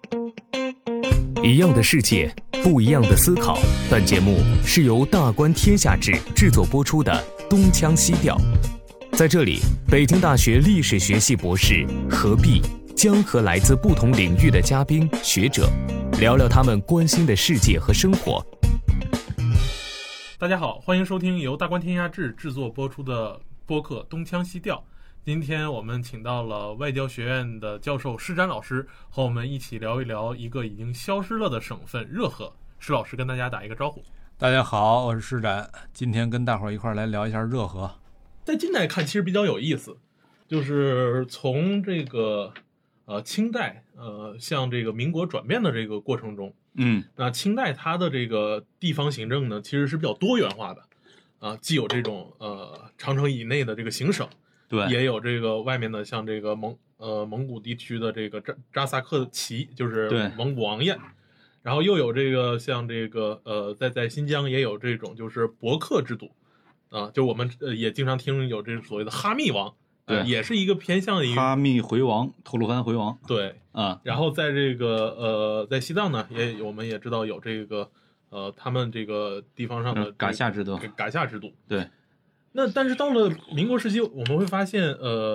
一样的世界，不一样的思考。本节目是由大观天下志制作播出的《东腔西调》。在这里，北京大学历史学系博士何必将和来自不同领域的嘉宾学者聊聊他们关心的世界和生活。 大家好，欢迎收听由大观天下志制作播出的播客《东腔西调》。今天我们请到了外交学院的教授施展老师，和我们一起聊一聊一个已经消失了的省份热河。施老师跟大家打一个招呼。 大家好，我是施展，今天跟大伙儿一块儿来聊一下热河。 在近代看其实比较有意思，就是从这个清代向这个民国转变的这个过程中，那清代它的这个地方行政呢其实是比较多元化的既有这种长城以内的这个行省，对，也有这个外面的像这个蒙古地区的这个扎萨克旗，就是蒙古王宴，然后又有这个像这个在新疆也有这种就是伯克制度就我们也经常听有这所谓的哈密王，对，也是一个偏向的一个哈密回王、吐鲁番回王， 对然后在这个在西藏呢，我们也知道有这个他们这个地方上的噶夏制度，对。 那但是到了民国时期，我们会发现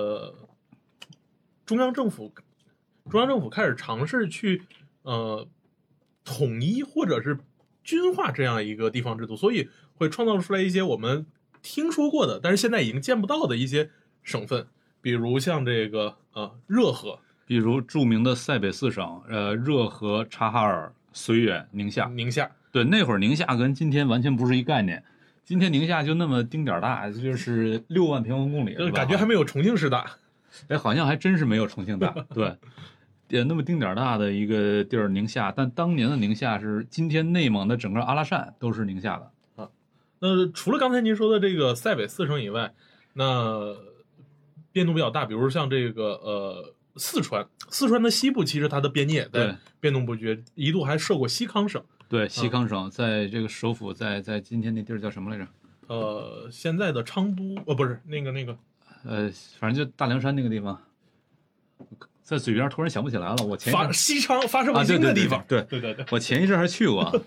中央政府开始尝试去统一或者是均化这样一个地方制度，所以会创造出来一些我们听说过的但是现在已经见不到的一些省份，比如像这个热河， 比如著名的塞北四省，热河、察哈尔、绥远、宁夏。对，那会儿宁夏跟今天完全不是一概念。今天宁夏就那么丁点儿大，就是6万平方公里， 感觉还没有重庆市大。 哎，好像还真是没有重庆大。对，那么丁点儿大的一个地儿宁夏，但当年的宁夏是今天内蒙的整个阿拉善都是宁夏的。 那除了刚才您说的这个塞北四省以外，那变动比较大，比如像这个四川的西部其实它的边界也在变动不绝，一度还设过西康省。 对，西康省在这个首府在今天那地儿叫什么来着？ 现在的昌都，不是那个， 反正就大凉山那个地方，在嘴边突然想不起来了。我西昌发射卫星的地方，对， 我前一阵还去过。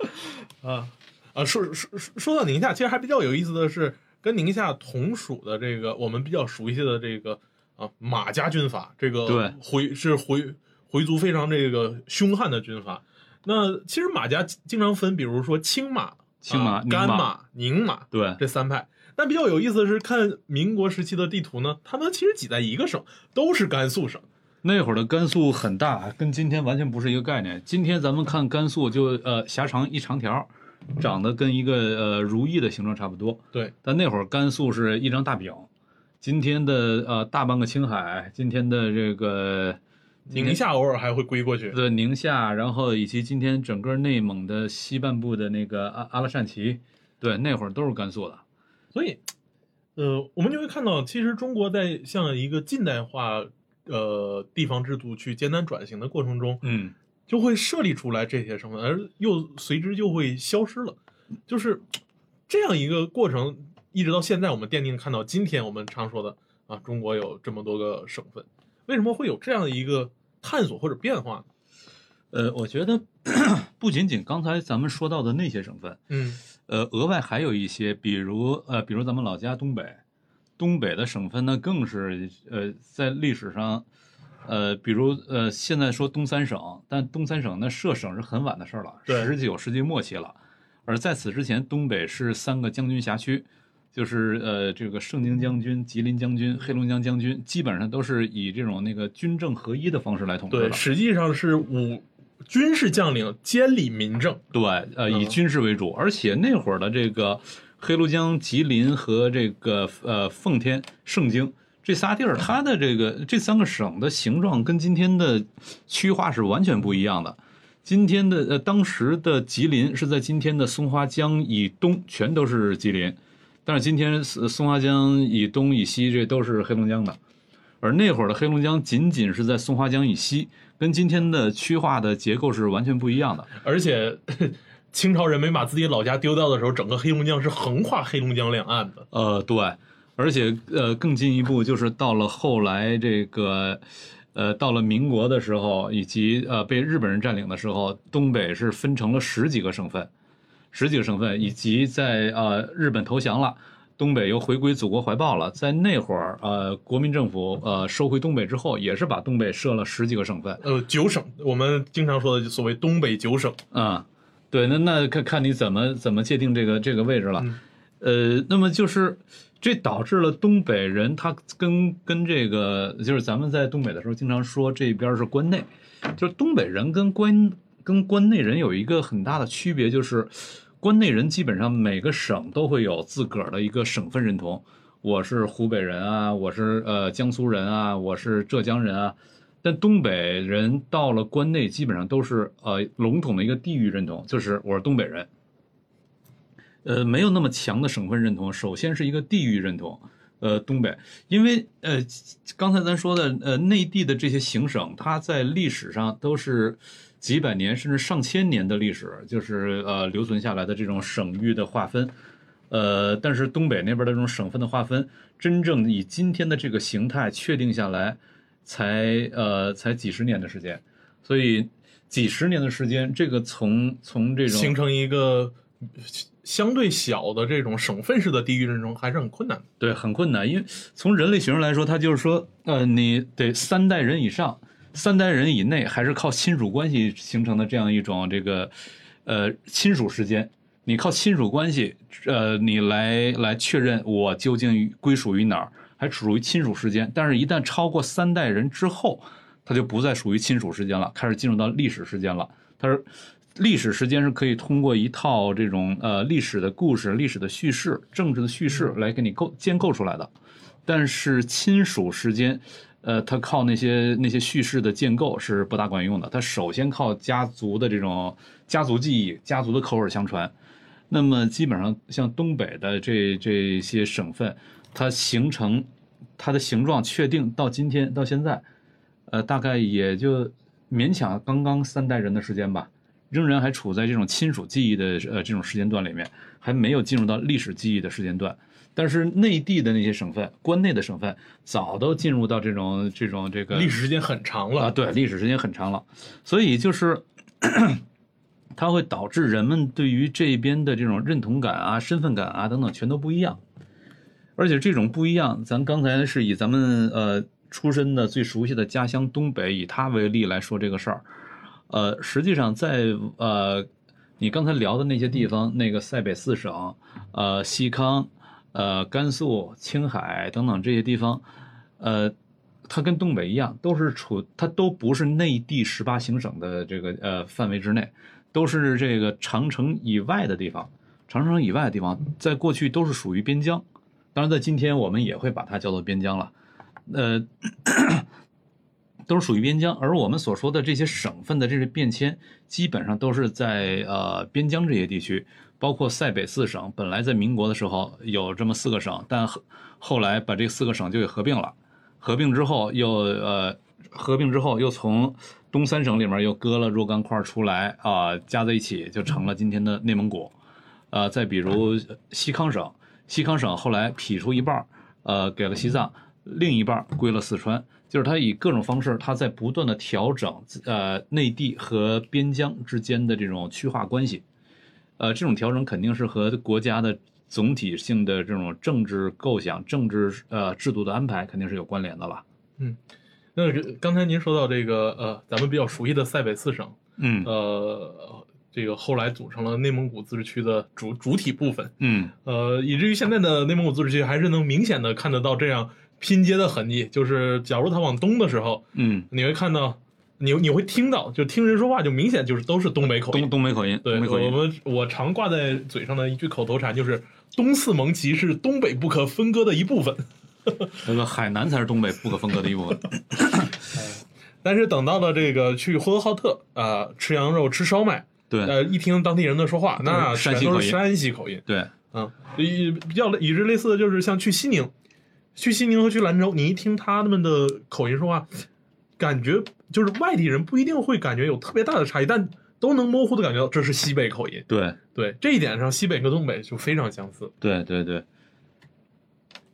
说到宁夏，其实还比较有意思的是，跟宁夏同属的这个我们比较熟悉的这个马家军阀，这个回族非常这个凶悍的军阀。那其实马家经常分，比如说青马、甘马、宁马，对，这三派。但比较有意思的是，看民国时期的地图呢，他们其实挤在一个省，都是甘肃省。 那会儿的甘肃很大，跟今天完全不是一个概念。今天咱们看甘肃就狭长一长条，长得跟一个如意的形状差不多。 对， 但那会儿甘肃是一张大饼。今天的大半个青海，今天的这个宁夏偶尔还会归过去。 对，宁夏，然后以及今天整个内蒙的西半部的那个阿拉善旗，对，那会儿都是甘肃的。 所以我们就会看到，其实中国在向一个近代化地方制度去艰难转型的过程中，就会设立出来这些省份，而又随之就会消失了。就是这样一个过程，一直到现在我们奠定看到今天我们常说的中国有这么多个省份。为什么会有这样的一个探索或者变化呢？ 我觉得不仅仅刚才咱们说到的那些省份，额外还有一些，比如咱们老家东北的省份呢，更是在历史上，比如现在说东三省，但东三省呢设省是很晚的事了，19世纪末期了，而在此之前，东北是3个将军辖区。就是这个盛京将军、吉林将军、黑龙江将军，基本上都是以这种那个军政合一的方式来统治的。 对，实际上是军事将领监理民政。 对，以军事为主，而且那会儿的这个黑龙江、吉林和这个奉天、盛京这仨地儿，它的这3个省的形状跟今天的区划是完全不一样的。今天的当时的吉林是在今天的松花江以东，全都是吉林。但是今天松花江以东以西这都是黑龙江的，而那会儿的黑龙江仅仅是在松花江以西，跟今天的区划的结构是完全不一样的。 而且清朝人没把自己老家丢掉的时候，整个黑龙江是横跨黑龙江两岸的。 对，而且更进一步就是到了后来这个到了民国的时候，以及被日本人占领的时候，东北是分成了10几个省份，以及在日本投降了，东北又回归祖国怀抱了。在那会儿，国民政府收回东北之后，也是把东北设了10几个省份 ，9省，我们经常说的所谓东北9省啊。对，那看你怎么界定这个位置了。那么就是这导致了东北人他跟这个，就是咱们在东北的时候经常说这边是关内，就是东北人跟关内人有一个很大的区别，就是关内人基本上每个省都会有自个儿的一个省份认同，我是湖北人啊，我是江苏人啊，我是浙江人啊。但东北人到了关内，基本上都是笼统的一个地域认同，就是我是东北人。没有那么强的省份认同，首先是一个地域认同。东北，因为刚才咱说的内地的这些行省，它在历史上都是几百年甚至上千年的历史，就是留存下来的这种省域的划分。但是东北那边的这种省份的划分，真正以今天的这个形态确定下来，才几十年的时间，所以几十年的时间，这个从这种形成一个相对小的这种省份式的地域认同还是很困难的。 对，很困难，因为从人类学上来说，它就是说，你得3代人以上，3代人以内，还是靠亲属关系形成的这样一种这个亲属时间。你靠亲属关系，你来确认我究竟归属于哪儿。还属于亲属时间，但是一旦超过3代人之后，它就不再属于亲属时间了，开始进入到历史时间了。它是历史时间是可以通过一套这种历史的故事、历史的叙事、政治的叙事来给你建构出来的。但是亲属时间，它靠那些叙事的建构是不大管用的。它首先靠家族的这种家族记忆、家族的口耳相传。那么基本上像东北的这些省份，它形成它的形状确定到今天到现在，大概也就勉强刚刚3代人的时间吧，仍然还处在这种亲属记忆的这种时间段里面，还没有进入到历史记忆的时间段。但是内地的那些省份，关内的省份早都进入到这个历史时间很长了对，历史时间很长了，所以就是它会导致人们对于这边的这种认同感啊、身份感啊等等全都不一样。而且这种不一样，咱刚才是以咱们出身的最熟悉的家乡东北，以它为例来说这个事儿。实际上在你刚才聊的那些地方，那个塞北4省，西康，甘肃、青海等等这些地方，它跟东北一样，它都不是内地18行省的这个范围之内，都是这个长城以外的地方。长城以外的地方，在过去都是属于边疆。当然，在今天我们也会把它叫做边疆了，都是属于边疆。而我们所说的这些省份的这些变迁，基本上都是在边疆这些地区，包括塞北4省。本来在民国的时候有这么4个省，但后来把这4个省就给合并了。合并之后又从东3省里面又割了若干块出来加在一起，就成了今天的内蒙古。再比如西康省后来劈出一半，给了西藏，另一半归了四川，就是它以各种方式，它在不断的调整内地和边疆之间的这种区划关系。这种调整肯定是和国家的总体性的这种政治构想、政治制度的安排肯定是有关联的了。 那刚才您说到这个咱们比较熟悉的塞北4省，这个后来组成了内蒙古自治区的主体部分，以至于现在的内蒙古自治区还是能明显的看得到这样拼接的痕迹。就是假如它往东的时候，你会看到，你会听到，就听人说话就明显就是都是东北口音， 东北口音。 对，我常挂在嘴上的一句口头禅就是东四盟旗是东北不可分割的一部分。 那个海南才是东北不可分割的一部分。 但是等到了这个去呼和浩特吃羊肉吃烧麦， 对， 一听当地人的说话，那全都是山西口音。 对， 比较与之类似的就是像去西宁和去兰州，你一听他们的口音说话，感觉就是外地人不一定会感觉有特别大的差异，但都能模糊的感觉到这是西北口音。 对， 这一点上西北和东北就非常相似。 对。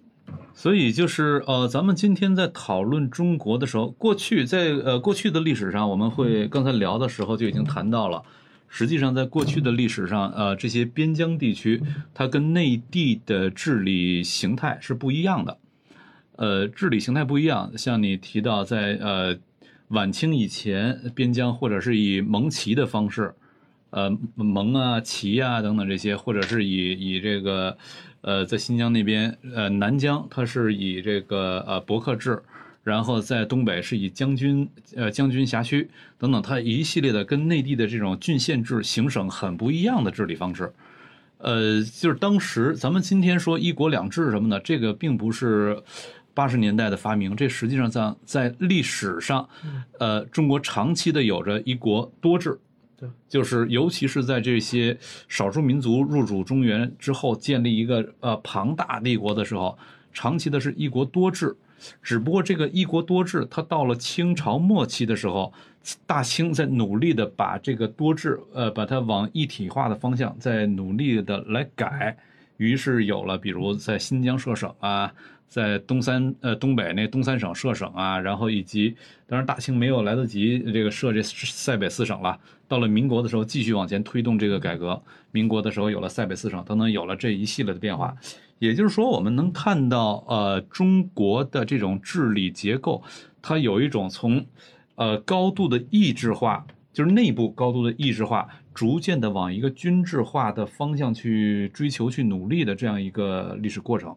所以就是咱们今天在讨论中国的时候，过去的历史上，我们会刚才聊的时候就已经谈到了，实际上在过去的历史上，这些边疆地区它跟内地的治理形态是不一样的。治理形态不一样，像你提到在晚清以前，边疆或者是以蒙旗的方式，蒙啊、旗啊等等这些，或者是以这个在新疆那边，南疆它是以这个伯克制，然后在东北是以将军辖区等等，它一系列的跟内地的这种郡县制行省很不一样的治理方式。就是当时咱们今天说一国两制什么的，这个并不是80年代的发明，这实际上在历史上，中国长期的有着一国多制。就是尤其是在这些少数民族入主中原之后，建立一个庞大帝国的时候，长期的是一国多制。只不过这个一国多制，它到了清朝末期的时候，大清在努力的把这个多制，把它往一体化的方向在努力的来改，于是有了比如在新疆设省啊，在东北那东三省设省啊，然后以及当然大清没有来得及这个设这塞北四省了，到了民国的时候继续往前推动这个改革，民国的时候有了塞北四省等等，有了这一系列的变化。也就是说，我们能看到中国的这种治理结构，它有一种从高度的意志化，就是内部高度的意志化，逐渐的往一个均质化的方向去追求、去努力的这样一个历史过程。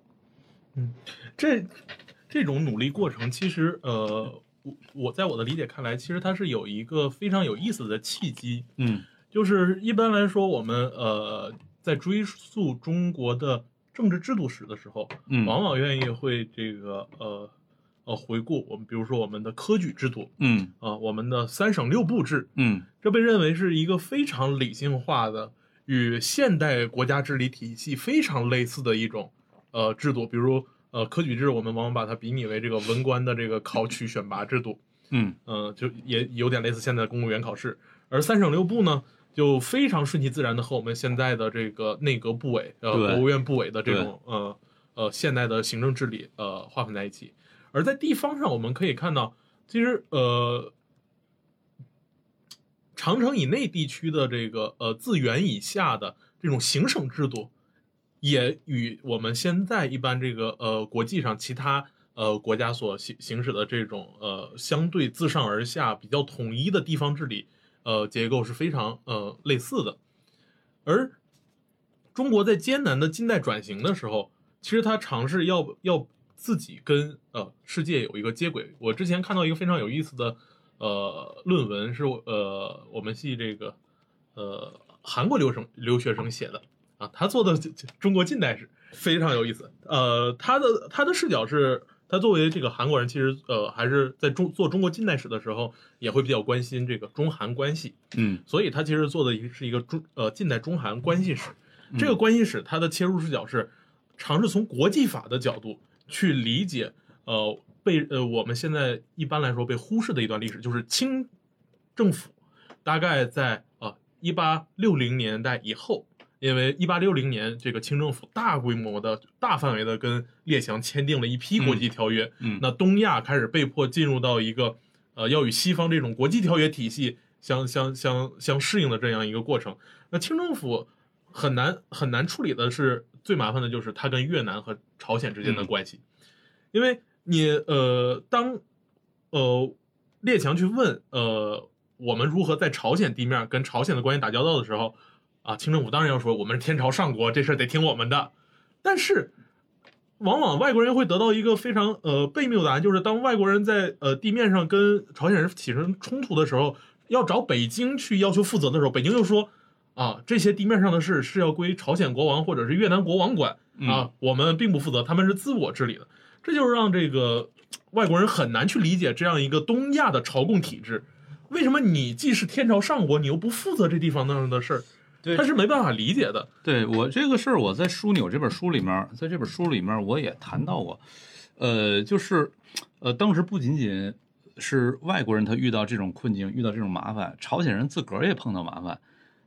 这种努力过程，其实我在我的理解看来，其实它是有一个非常有意思的契机。就是一般来说，我们在追溯中国的政治制度史的时候，往往愿意会这个回顾我们，比如说我们的科举制度，我们的3省6部制，这被认为是一个非常理性化的，与现代国家治理体系非常类似的一种制度。比如科举制，我们往往把它比拟为这个文官的这个考取选拔制度，就也有点类似现在的公务员考试。而3省6部呢，就非常顺其自然的和我们现在的这个内阁部委、国务院部委的这种现代的行政治理划分在一起。而在地方上，我们可以看到，其实长城以内地区的这个自元以下的这种行省制度，也与我们现在一般这个国际上其他国家所行使的这种相对自上而下比较统一的地方治理结构是非常类似的。而中国在艰难的近代转型的时候，其实它尝试要自己跟世界有一个接轨。我之前看到一个非常有意思的论文，是我们系这个韩国留学生写的啊，他做的中国近代史非常有意思。他的视角是，他作为这个韩国人，其实还是在做中国近代史的时候，也会比较关心这个中韩关系。所以他其实做的是一个近代中韩关系史。这个关系史，它的切入视角是尝试从国际法的角度去理解我们现在一般来说被忽视的一段历史，就是清政府大概在1860年代以后，因为1860年这个清政府大规模的大范围的跟列强签订了一批国际条约，那东亚开始被迫进入到一个要与西方这种国际条约体系相适应的这样一个过程。那清政府很难处理的是，最麻烦的就是它跟越南和朝鲜之间的关系。因为你当列强去问我们如何在朝鲜地面跟朝鲜的关系打交道的时候啊，清政府当然要说我们是天朝上国，这事得听我们的。但是往往外国人会得到一个非常悖谬的答案，就是当外国人在地面上跟朝鲜人起身冲突的时候，要找北京去要求负责的时候，北京又说啊，这些地面上的事是要归朝鲜国王或者是越南国王管啊，我们并不负责，他们是自我治理的。这就是让这个外国人很难去理解这样一个东亚的朝贡体制。为什么你既是天朝上国，你又不负责这地方那的事儿？他是没办法理解的。 对，我这个事儿，我在枢纽这本书里面，在这本书里面我也谈到过，就是当时不仅仅是外国人他遇到这种困境，遇到这种麻烦，朝鲜人自个儿也碰到麻烦。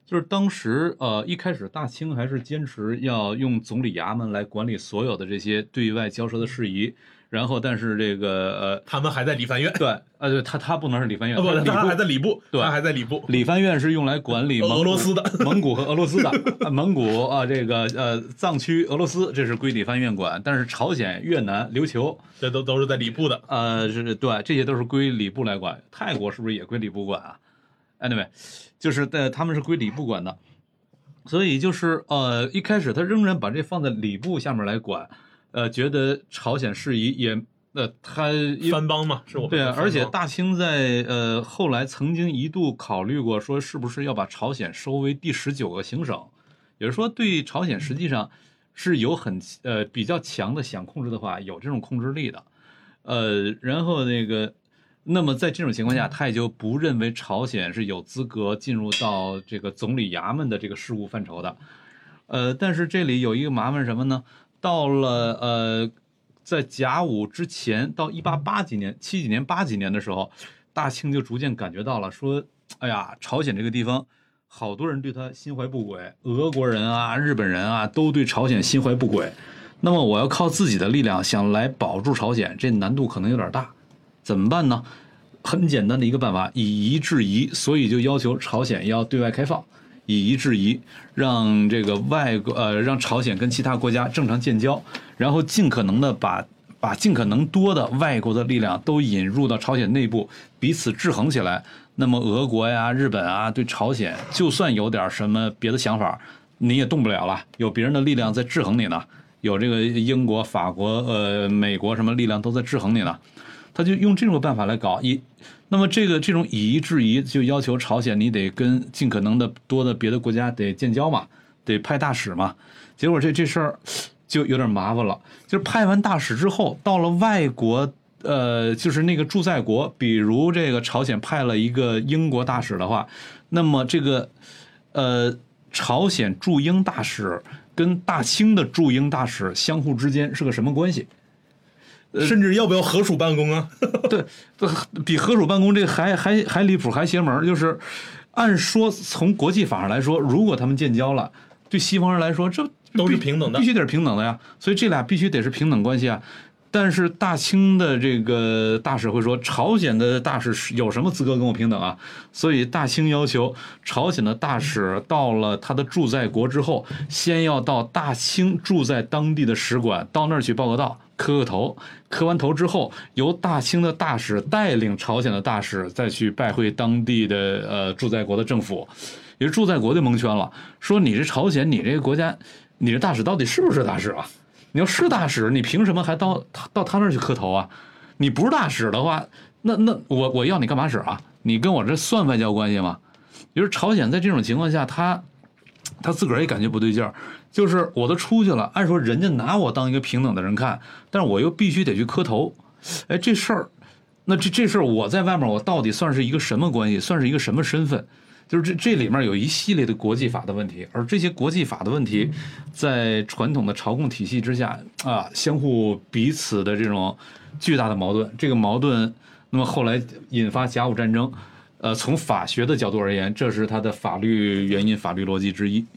就是当时一开始大清还是坚持要用总理衙门来管理所有的这些对外交涉的事宜，然后但是这个他们还在理藩院， 对，对，他不能是理藩院， 不，他还在礼部， 对， 他还在礼部。 理藩院是用来管理俄罗斯的蒙古和俄罗斯的蒙古啊，这个藏区俄罗斯这是归理藩院管，但是朝鲜、越南、琉球这都是在礼部的， 是对，这些都是归礼部来管。泰国是不是也归礼部管啊 ？Anyway， 就是他们是归礼部管的。所以就是一开始他仍然把这放在礼部下面来管，觉得朝鲜事宜也他藩邦嘛，是我们对啊，而且大清在后来曾经一度考虑过说是不是要把朝鲜收为第19个行省，也就是说对朝鲜实际上是有比较强的想控制的话有这种控制力的，然后那么在这种情况下，他也就不认为朝鲜是有资格进入到这个总理衙门的这个事务范畴的。但是这里有一个麻烦什么呢？到了在甲午之前，到1880几年、70几年、80几年的时候，大清就逐渐感觉到了，说，哎呀，朝鲜这个地方，好多人对他心怀不轨，俄国人啊、日本人啊，都对朝鲜心怀不轨。那么我要靠自己的力量想来保住朝鲜，这难度可能有点大。怎么办呢？很简单的一个办法，以夷制夷，所以就要求朝鲜要对外开放，以夷制夷，让这个让朝鲜跟其他国家正常建交，然后尽可能的把尽可能多的外国的力量都引入到朝鲜内部，彼此制衡起来。那么俄国呀、日本啊，对朝鲜就算有点什么别的想法，你也动不了了，有别人的力量在制衡你呢，有这个英国、法国、美国什么力量都在制衡你呢。他就用这种办法来搞那么这种以夷制夷，就要求朝鲜你得跟尽可能的多的别的国家得建交嘛，得派大使嘛。结果这事儿就有点麻烦了，就是派完大使之后，到了外国，就是那个驻在国，比如这个朝鲜派了一个英国大使的话，那么这个朝鲜驻英大使跟大清的驻英大使相互之间是个什么关系？ 甚至要不要合署办公啊？ 对，比合署办公这个还离谱，还邪门。就是按说从国际法上来说，如果他们建交了，对西方人来说这都是平等的， 必须得是平等的呀。所以这俩必须得是平等关系啊。但是大清的这个大使会说，朝鲜的大使有什么资格跟我平等啊？所以大清要求朝鲜的大使到了他的驻在国之后，先要到大清驻在当地的使馆，到那儿去报个到，磕个头，磕完头之后，由大清的大使带领朝鲜的大使再去拜会当地的驻在国的政府。也是驻在国就蒙圈了，说你这朝鲜，你这个国家，你这大使到底是不是大使啊？你要是大使，你凭什么还到他那儿去磕头啊？你不是大使的话，那我要你干嘛使啊？你跟我这算外交关系吗？就是朝鲜在这种情况下，他自个儿也感觉不对劲儿，就是我都出去了，按说人家拿我当一个平等的人看，但是我又必须得去磕头，哎，这事儿，那这事儿我在外面我到底算是一个什么关系，算是一个什么身份？就是这里面有一系列的国际法的问题，而这些国际法的问题，在传统的朝贡体系之下啊，相互彼此的这种巨大的矛盾，这个矛盾，那么后来引发甲午战争，从法学的角度而言，这是它的法律原因、法律逻辑之一。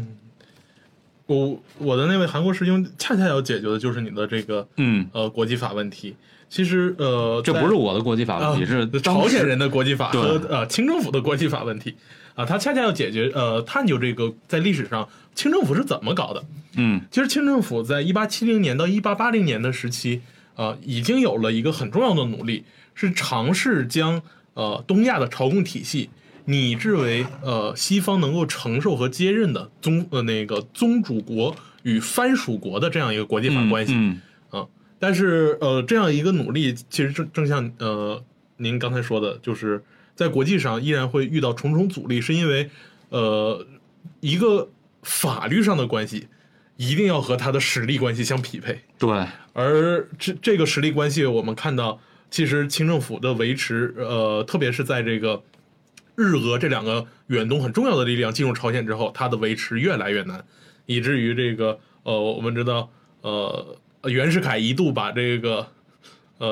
我的那位韩国师兄恰恰要解决的就是你的这个国际法问题。其实这不是我的国际法问题，是朝鲜人的国际法和清政府的国际法问题啊，他恰恰要解决探究这个在历史上清政府是怎么搞的。其实清政府在1870年到1880年的时期已经有了一个很重要的努力，是尝试将东亚的朝贡体系拟制为西方能够承受和接任的宗主国与藩属国的这样一个国际法关系。但是这样一个努力，其实正像您刚才说的，就是在国际上依然会遇到重重阻力，是因为一个法律上的关系一定要和它的实力关系相匹配。 对， 而这个实力关系，我们看到，其实清政府的维持，特别是在这个日俄这两个远东很重要的力量进入朝鲜之后，它的维持越来越难，以至于这个我们知道袁世凯一度把这个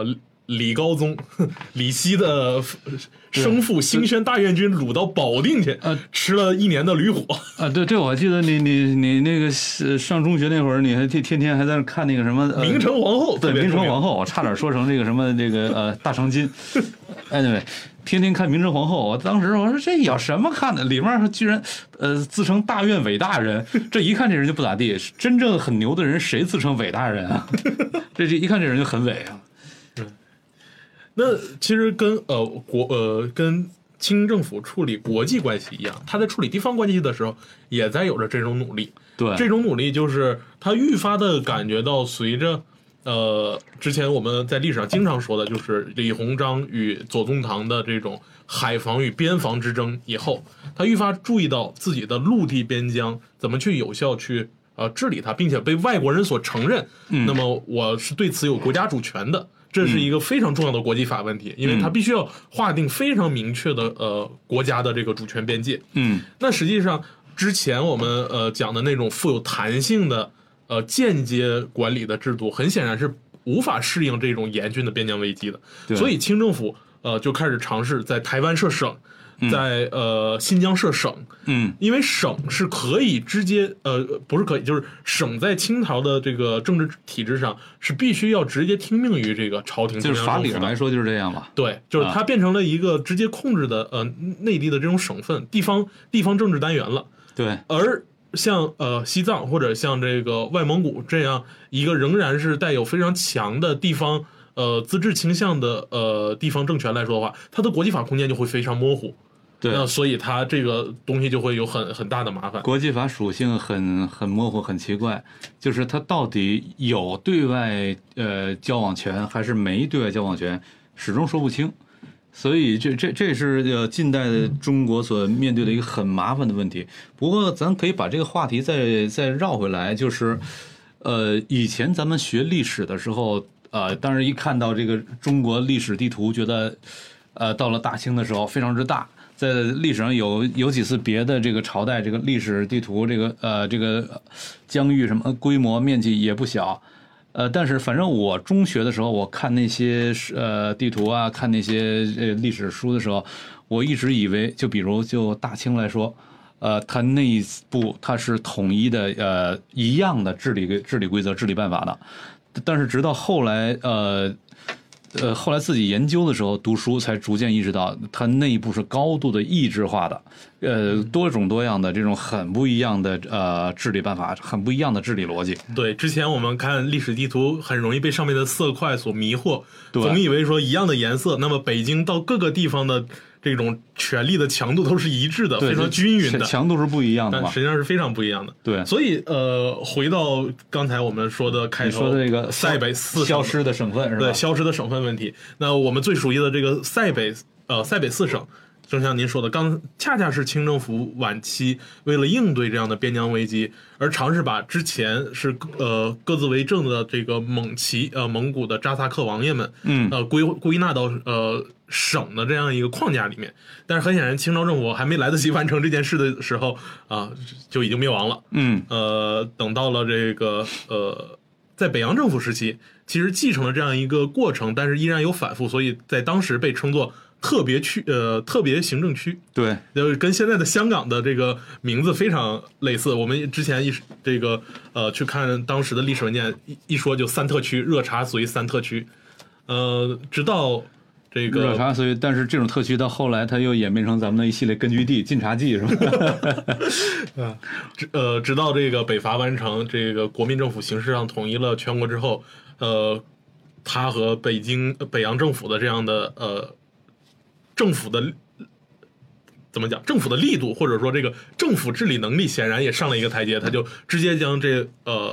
李高宗李熙的生父兴宣大院军掳到保定去，吃了1年的驴火啊！对，我记得你那个上中学那会儿，你还天天还在那看那个什么明成皇后， 对，明成皇后，我差点说成这个什么这个大长今，哎对。天天看明成皇后，我当时我说这有什么看的？里面居然自称大院伟大人，这一看这人就不咋地。真正很牛的人谁自称伟大人啊？这一看这人就很伟啊。 那其实跟跟清政府处理国际关系一样，他在处理地方关系的时候也在有着这种努力。 对， 这种努力就是他愈发的感觉到随着。之前我们在历史上经常说的就是李鸿章与左宗棠的这种海防与边防之争以后，他愈发注意到自己的陆地边疆怎么去有效去治理它，并且被外国人所承认。那么我是对此有国家主权的，这是一个非常重要的国际法问题，因为它必须要划定非常明确的国家的这个主权边界。那实际上之前我们讲的那种富有弹性的间接管理的制度，很显然是无法适应这种严峻的边疆危机的。所以清政府就开始尝试在台湾设省，在新疆设省。因为省是可以直接不是可以，就是省在清朝的这个政治体制上是必须要直接听命于这个朝廷， 就是法理上来说就是这样吧。 对，就是它变成了一个直接控制的内地的这种省份地方政治单元了。 对， 而像西藏或者像这个外蒙古这样一个仍然是带有非常强的地方自治倾向的地方政权来说的话，它的国际法空间就会非常模糊。 对， 那所以它这个东西就会有很大的麻烦。 国际法属性很模糊，很奇怪，就是它到底有对外交往权还是没对外交往权，始终说不清。所以这是近代的中国所面对的一个很麻烦的问题。不过咱可以把这个话题再绕回来，就是以前咱们学历史的时候，当然一看到这个中国历史地图，觉得到了大清的时候非常之大。在历史上有几次别的这个朝代这个历史地图，这个疆域什么规模面积也不小。但是反正我中学的时候，我看那些地图啊，看那些历史书的时候，我一直以为，就比如就大清来说，它内部它是统一的一样的治理规则、治理办法的。但是直到后来后来自己研究的时候，读书才逐渐意识到，它内部是高度的异质化的，多种多样的这种很不一样的治理办法，很不一样的治理逻辑。 对，之前我们看历史地图，很容易被上面的色块所迷惑， 对， 总以为说一样的颜色，那么北京到各个地方的这种权力的强度都是一致的，非常均匀的， 强度是不一样的， 但实际上是非常不一样的。 对， 所以回到刚才我们说的开头， 说的这个塞北四省消失的省份是吧？ 对，消失的省份问题。那我们最熟悉的这个塞北四省，正像您说的，恰恰是清政府晚期为了应对这样的边疆危机，而尝试把之前是各自为政的这个蒙古的扎萨克王爷们，归纳到省的这样一个框架里面。但是很显然，清朝政府还没来得及完成这件事的时候就已经灭亡了。等到了这个在北洋政府时期，其实继承了这样一个过程，但是依然有反复，所以在当时被称作特别行政区。 对， 就是跟现在的香港的这个名字非常类似。我们之前去看当时的历史文件，一说就三特区，热查属于三特区。直到这个热查属于，但是这种特区到后来它又演变成咱们的一系列根据地、晋察冀，是吧？ 直到这个北伐完成，这个国民政府形式上统一了全国之后，它和北洋政府的这样的政府的怎么讲？政府的力度，或者说这个政府治理能力，显然也上了一个台阶。他就直接将这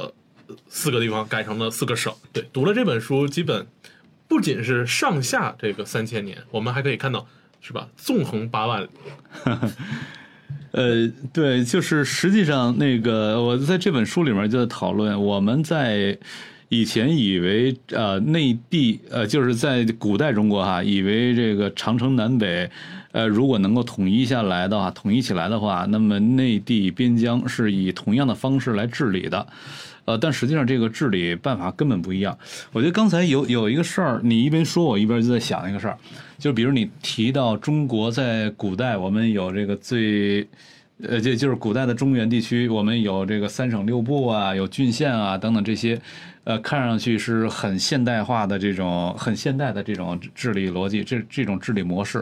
4个地方改成了4个省。对，读了这本书，基本不仅是上下这个3000年，我们还可以看到，是吧？纵横8万里。 对，就是实际上那个我在这本书里面就在讨论，我们在以前以为内地就是在古代中国以为这个长城南北如果能够统一下来的话，统一起来的话，那么内地边疆是以同样的方式来治理的。但实际上这个治理办法根本不一样。我觉得刚才有一个事儿，你一边说，我一边就在想那个事儿，就比如你提到中国在古代，我们有这个就是古代的中原地区，我们有这个3省6部啊，有郡县啊等等这些，看上去是很现代化的这种很现代的这种治理逻辑，这种治理模式。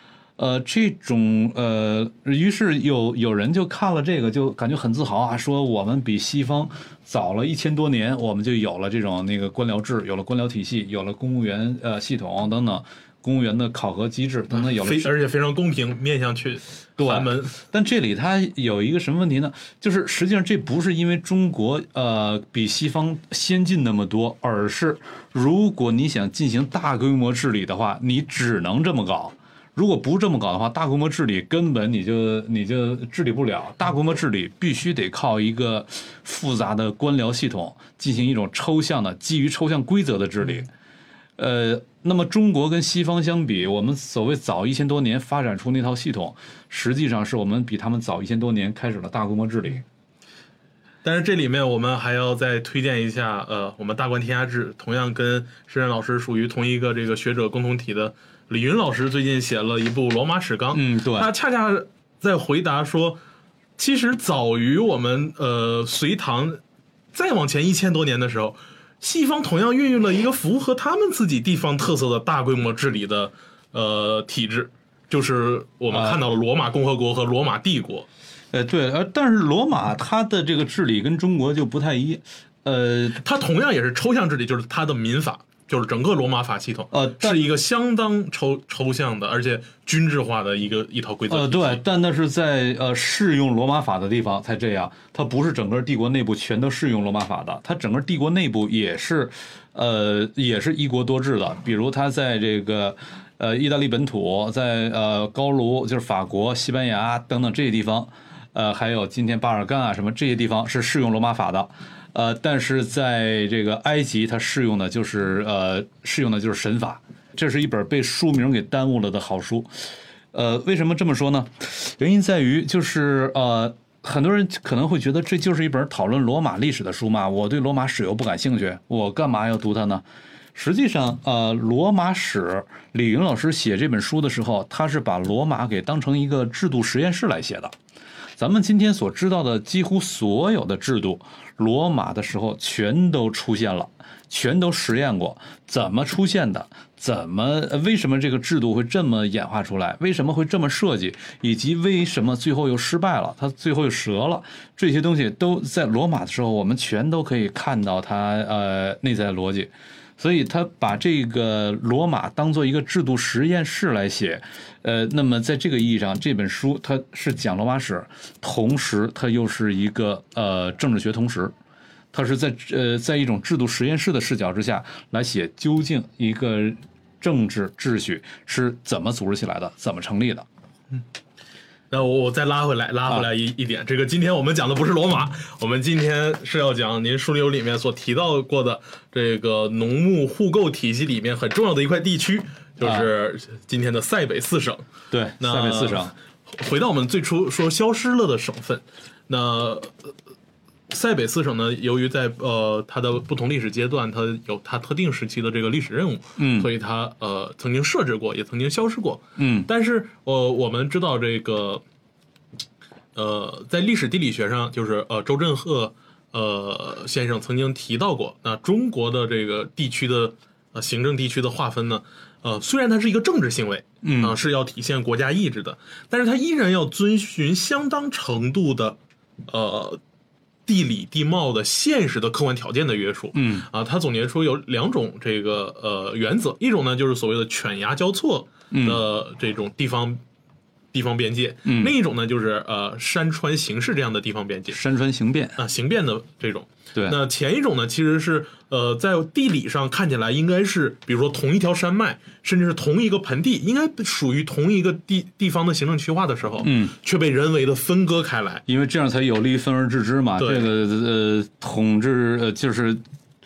于是有人就看了这个，就感觉很自豪啊，说我们比西方早了1000多年，我们就有了这种那个官僚制，有了官僚体系，有了公务员系统等等，公务员的考核机制等等，有了， 而且非常公平，面向去寒门。 但这里它有一个什么问题呢？就是实际上这不是因为中国比西方先进那么多，而是如果你想进行大规模治理的话，你只能这么搞。如果不这么搞的话，大规模治理根本你就治理不了。大规模治理必须得靠一个复杂的官僚系统进行一种抽象的、基于抽象规则的治理。那么中国跟西方相比，我们所谓早1000多年发展出那套系统，实际上是我们比他们早1000多年开始了大规模治理。 但是这里面我们还要再推荐一下，我们大观天下志同样跟施仁老师属于同一个这个学者共同体的李云老师最近写了一部《罗马史纲》， 对， 他恰恰在回答说，其实早于我们隋唐再往前1000多年的时候，西方同样运用了一个符合他们自己地方特色的大规模治理的体制，就是我们看到了罗马共和国和罗马帝国。 对，但是罗马它的这个治理跟中国就不太一样， 它同样也是抽象治理，就是它的民法，就是整个罗马法系统，是一个相当抽象的，而且军制化的一套规则。 对，但那是在适用罗马法的地方才这样，它不是整个帝国内部全都适用罗马法的，它整个帝国内部也是一国多制的，比如它在这个意大利本土，在高卢就是法国、西班牙等等这些地方。还有今天巴尔干啊什么这些地方是适用罗马法的，但是在这个埃及它适用的就是神法，这是一本被书名给耽误了的好书。为什么这么说呢？原因在于就是很多人可能会觉得这就是一本讨论罗马历史的书嘛，我对罗马史又不感兴趣，我干嘛要读它呢？实际上罗马史李云老师写这本书的时候，他是把罗马给当成一个制度实验室来写的。咱们今天所知道的几乎所有的制度，罗马的时候全都出现了，全都实验过，怎么出现的，为什么这个制度会这么演化出来，为什么会这么设计，以及为什么最后又失败了，它最后又折了，这些东西都在罗马的时候我们全都可以看到它内在的逻辑。所以他把这个罗马当做一个制度实验室来写，那么在这个意义上，这本书它是讲罗马史，同时它又是一个政治学通识，它是在一种制度实验室的视角之下来写究竟一个政治秩序是怎么组织起来的，怎么成立的。 那我再拉回来一点，这个今天我们讲的不是罗马，我们今天是要讲您书里面所提到过的这个农牧互购体系里面很重要的一块地区，就是今天的塞北4省。 对，塞北4省。 回到我们最初说消失了的省份，那塞北4省呢，由于在它的不同历史阶段，它有它特定时期的这个历史任务，所以它曾经设置过，也曾经消失过，但是我们知道这个在历史地理学上，就是周振赫先生曾经提到过，那中国的这个地区的行政地区的划分呢，虽然它是一个政治行为，是要体现国家意志的，但是它依然要遵循相当程度的地理地貌的现实的客观条件的约束。他总结出有2种这个原则，一种呢就是所谓的犬牙交错的这种地方边界，另一种呢就是山川形势这样的地方边界， 山川形变形变的这种。 对， 那前一种呢其实是在地理上看起来应该是比如说同一条山脉，甚至是同一个盆地，应该属于同一个地方的行政区划的时候，却被人为的分割开来， 因为这样才有利于分而治之嘛。这个统治就是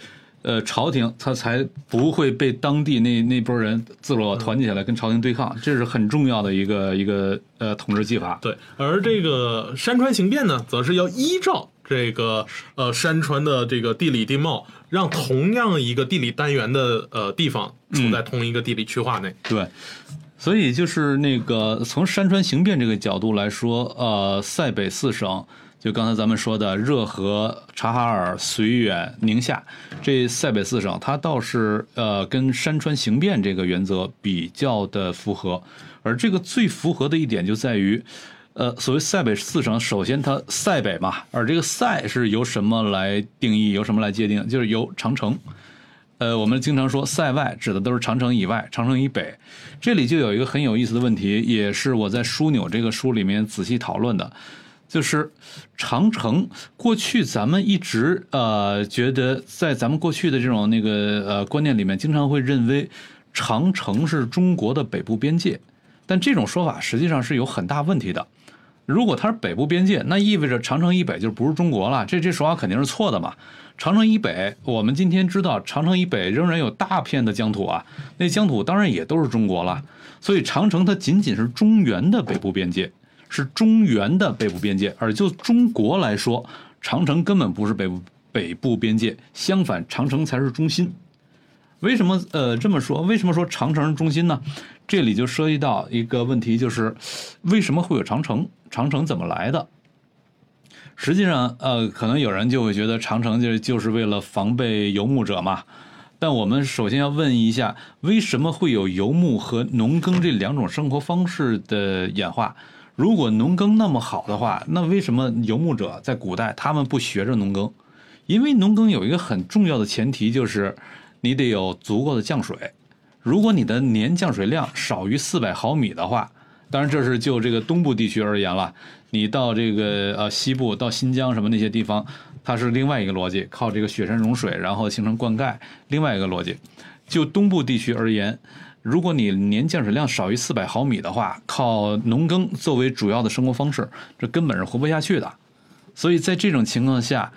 朝廷他才不会被当地那波人自我团结起来跟朝廷对抗，这是很重要的一个统治技法。 对，而这个山川形变呢，则是要依照这个山川的这个地理地貌，让同样一个地理单元的地方处在同一个地理区划内。 对。所以就是那个从山川形变这个角度来说，塞北四省，就刚才咱们说的热河、察哈尔、绥远、宁夏这塞北四省，它倒是跟山川形变这个原则比较的符合。而这个最符合的一点就在于，所谓塞北四省，首先它塞北嘛，而这个塞是由什么来定义，由什么来界定？就是由长城。我们经常说塞外指的都是长城以外、长城以北，这里就有一个很有意思的问题，也是我在枢纽这个书里面仔细讨论的，就是长城过去咱们一直觉得在咱们过去的这种那个观念里面，经常会认为长城是中国的北部边界，但这种说法实际上是有很大问题的。如果它是北部边界，那意味着长城以北就不是中国了，这说法肯定是错的嘛。长城以北，我们今天知道长城以北仍然有大片的疆土啊，那疆土当然也都是中国了。所以长城它仅仅是中原的北部边界，是中原的北部边界，而就中国来说，长城根本不是北部边界，相反，长城才是中心。为什么这么说？为什么说长城是中心呢？这里就涉及到一个问题，就是为什么会有长城？长城怎么来的？实际上，可能有人就会觉得长城就是为了防备游牧者嘛。但我们首先要问一下，为什么会有游牧和农耕这两种生活方式的演化？如果农耕那么好的话，那为什么游牧者在古代他们不学着农耕？因为农耕有一个很重要的前提，就是你得有足够的降水。如果你的年降水量少于400毫米的话，当然这是就这个东部地区而言了，你到这个西部到新疆什么那些地方，它是另外一个逻辑，靠这个雪山融水然后形成灌溉，另外一个逻辑。就东部地区而言，如果你年降水量少于400毫米的话，靠农耕作为主要的生活方式，这根本是活不下去的。所以在这种情况下，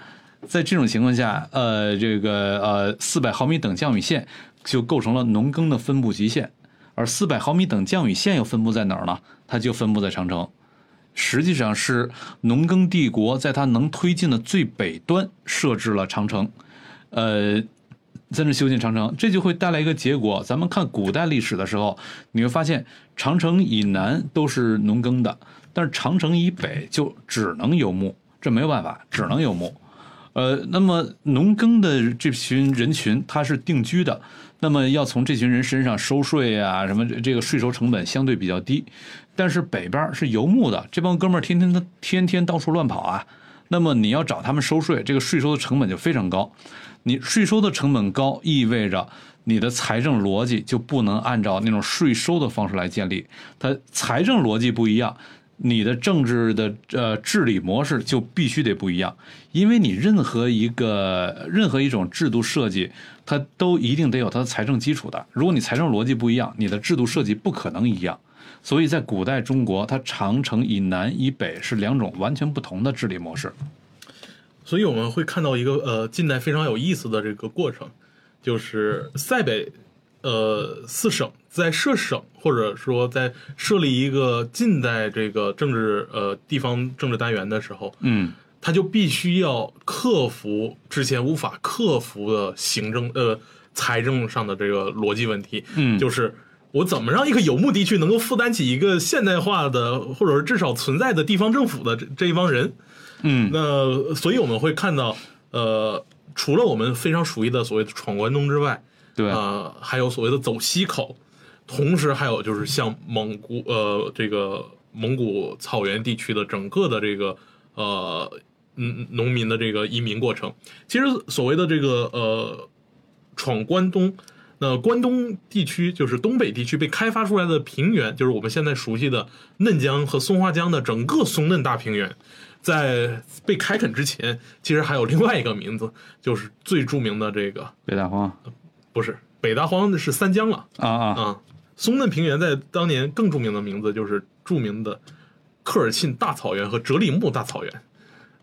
这个400毫米等降雨线就构成了农耕的分布极限。而400毫米等降雨线又分布在哪儿呢？它就分布在长城。实际上是农耕帝国在它能推进的最北端设置了长城，在这修建长城，这就会带来一个结果。咱们看古代历史的时候，你会发现长城以南都是农耕的，但是长城以北就只能游牧，这没有办法，只能游牧。那么农耕的这群人群它是定居的，那么要从这群人身上收税啊，什么这个税收成本相对比较低。但是北边是游牧的，这帮哥们儿天天到处乱跑啊，那么你要找他们收税，这个税收的成本就非常高。你税收的成本高，意味着你的财政逻辑就不能按照那种税收的方式来建立，它财政逻辑不一样。你的政治的治理模式就必须得不一样，因为你任何一种制度设计，它都一定得有它的财政基础的。如果你财政逻辑不一样，你的制度设计不可能一样。所以在古代中国，它长城以南以北是两种完全不同的治理模式。 所以我们会看到一个近代非常有意思的这个过程，就是塞北4省在设省或者说在设立一个近代这个地方政治单元的时候，他就必须要克服之前无法克服的财政上的这个逻辑问题，就是我怎么让一个游牧地区能够负担起一个现代化的或者是至少存在的地方政府的这一帮人，那所以我们会看到除了我们非常熟悉的所谓的闯关东之外， 对还有所谓的走西口，同时还有就是像这个蒙古草原地区的整个的这个农民的这个移民过程。其实所谓的这个闯关东，那关东地区就是东北地区被开发出来的平原，就是我们现在熟悉的嫩江和松花江的整个松嫩大平原，在被开垦之前，其实还有另外一个名字，就是最著名的这个北大荒。 不是北大荒是三江了松嫩平原在当年更著名的名字就是著名的科尔沁大草原和哲里木大草原。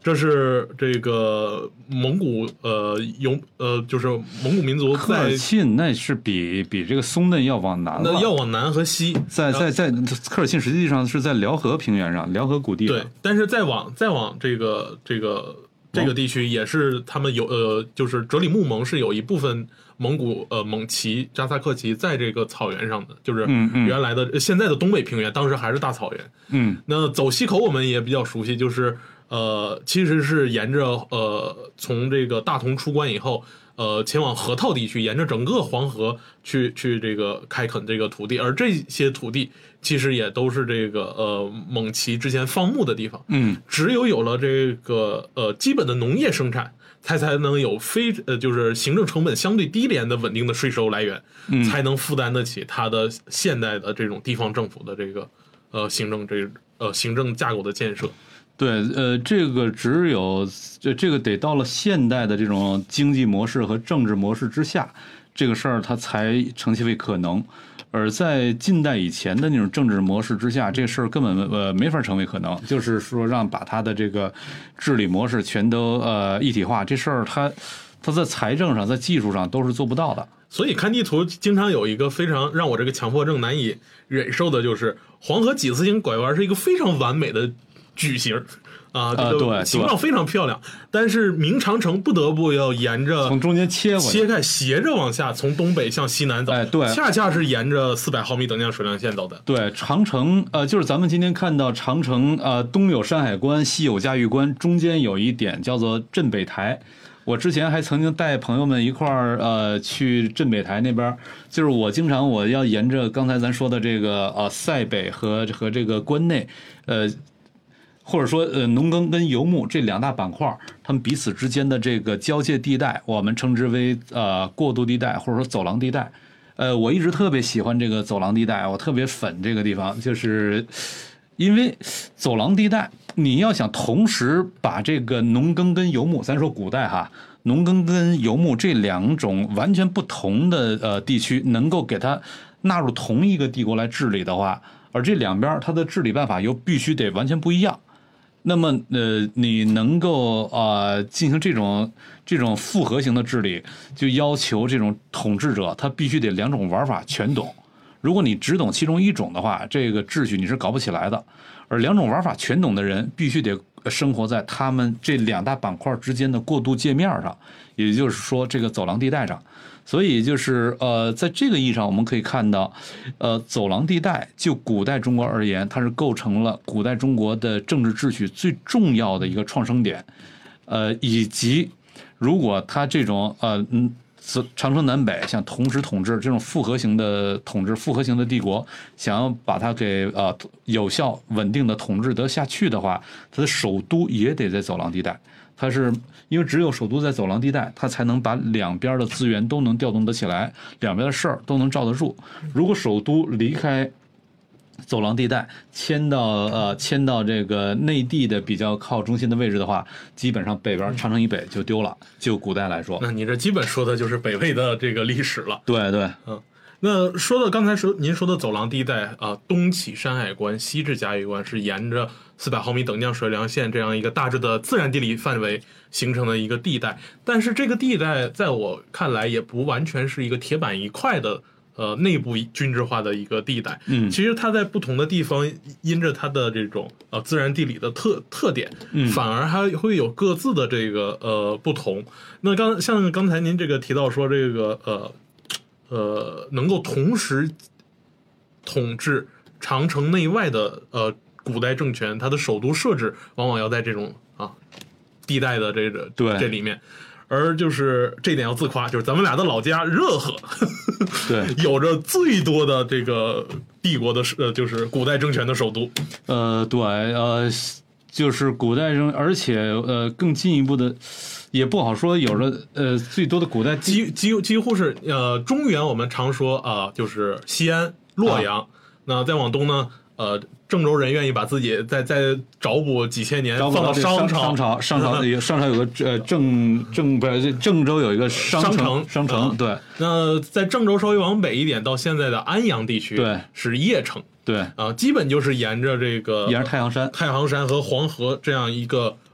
这是这个蒙古就是蒙古民族在科尔沁那是比这个松嫩要往南了， 那要往南和西， 在科尔沁实际上是在辽河平原上，辽河谷地上。 对，但是再往这个地区也是他们有就是哲里木盟是有一部分蒙古蒙旗扎萨克旗在这个草原上的，就是原来的现在的东北平原，当时还是大草原。那走西口我们也比较熟悉，就是其实是沿着从这个大同出关以后，前往河套地区，沿着整个黄河去这个开垦这个土地，而这些土地其实也都是这个蒙旗之前放牧的地方。只有了这个基本的农业生产，才能有就是行政成本相对低廉的稳定的税收来源，才能负担得起它的现代的这种地方政府的这个行政架构的建设。 对，这个只有这个得到了现代的这种经济模式和政治模式之下，这个事儿它才成其为可能。而在近代以前的那种政治模式之下，这个事儿根本没法成为可能。就是说，把它的这个治理模式全都一体化，这事儿它在财政上、在技术上都是做不到的。 所以看地图经常有一个非常让我这个强迫症难以忍受的，就是黄河几次性拐弯是一个非常完美的矩形啊，这个形状非常漂亮，但是明长城不得不要沿着从中间切开，斜着往下，从东北向西南走。 对， 恰恰是沿着400毫米等降水量线走的。 对，长城就是咱们今天看到长城东有山海关，西有嘉峪关，中间有一点叫做镇北台。我之前还曾经带朋友们一块儿去镇北台那边，就是我要沿着刚才咱说的这个塞北和这个关内或者说农耕跟游牧这两大板块，他们彼此之间的这个交界地带，我们称之为过渡地带或者说走廊地带。我一直特别喜欢这个走廊地带，我特别粉这个地方，就是因为走廊地带你要想同时把这个农耕跟游牧，咱说古代哈，农耕跟游牧这两种完全不同的地区能够给它纳入同一个帝国来治理的话，而这两边它的治理办法又必须得完全不一样。那么你能够进行这种复合型的治理，就要求这种统治者他必须得两种玩法全懂。如果你只懂其中一种的话，这个秩序你是搞不起来的。而两种玩法全懂的人必须得生活在他们这两大板块之间的过渡界面上，也就是说这个走廊地带上。所以就是在这个意义上我们可以看到走廊地带就古代中国而言，它是构成了古代中国的政治秩序最重要的一个创生点。以及如果它这种长城南北想同时统治这种复合型的统治，复合型的帝国想要把它给有效稳定的统治得下去的话，它的首都也得在走廊地带。它是因为只有首都在走廊地带，它才能把两边的资源都能调动得起来，两边的事儿都能罩得住。如果首都离开走廊地带迁到这个内地的比较靠中心的位置的话，基本上北边长城以北就丢了。就古代来说， 那你这基本说的就是北魏的这个历史了。 对对， 那说的刚才您说的走廊地带东起山海关，西至嘉峪关，是沿着400毫米等降水量线这样一个大致的自然地理范围形成的一个地带。但是这个地带在我看来也不完全是一个铁板一块的内部均质化的一个地带。其实它在不同的地方因着它的这种自然地理的特点，反而还会有各自的这个不同。那像刚才您这个提到说这个能够同时统治长城内外的古代政权，它的首都设置往往要在这种地带的这里面。而就是这点要自夸，就是咱们俩的老家热河， 对， 有着最多的这个帝国的就是古代政权的首都。 对，就是古代而且更进一步的，也不好说，有着最多的古代几乎是中原我们常说就是西安、洛阳，那再往东呢郑州人愿意把自己再找补几千年，放到商朝有个郑州有一个商城，对。 那在郑州稍微往北一点，到现在的安阳地区， 对， 是邺城， 对基本就是沿着太行山和黄河这样一个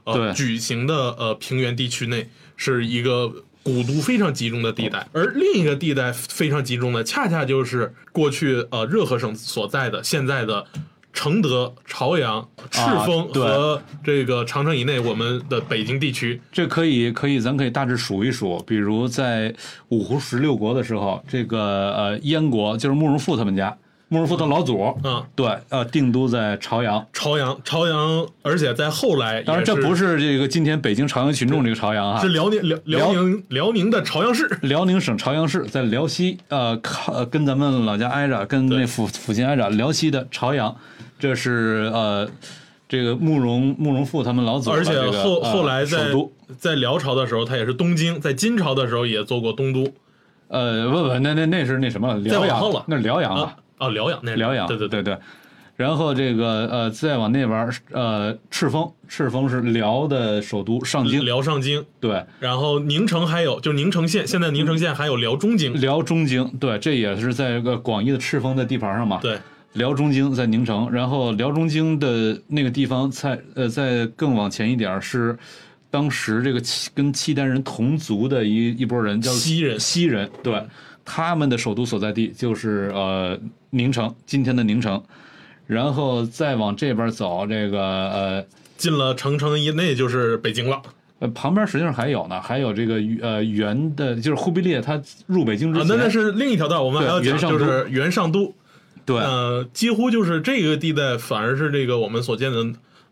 举行的平原地区内是一个古都非常集中的地带，而另一个地带非常集中的，恰恰就是过去热河省所在的现在的承德、朝阳、赤峰和这个长城以内我们的北京地区。 这可以，咱可以大致数一数，比如在五胡十六国的时候，这个燕国就是慕容复他们家。慕容复的老祖，对，定都在朝阳， 而且在后来， 当然这不是这个今天北京朝阳群众这个朝阳啊， 是辽宁的朝阳市， 辽宁省朝阳市，在辽西，跟咱们老家挨着，跟那阜新挨着，辽西的朝阳，这是这个慕容复他们老祖， 而且后来在辽朝的时候，他也是东京，在金朝的时候也做过东都， 不，那是那什么辽阳了，那是辽阳了。 辽阳，那辽阳，对，然后这个再往那边赤峰是辽的首都上京， 辽上京， 对， 然后宁城还有就宁城县，现在宁城县还有辽中京， 对，这也是在个广义的赤峰的地盘上嘛， 对， 辽中京在宁城，然后辽中京的那个地方再更往前一点是当时这个跟契丹人同族的一波人叫西人，对，他们的首都所在地就是宁城，今天的宁城，然后再往这边走，这个进了长城以内就是北京了。 旁边实际上还有呢，还有这个元的，就是忽必烈他入北京之前， 那是另一条道，我们还要讲就是元上都。 对， 几乎就是这个地带，反而是这个我们所见的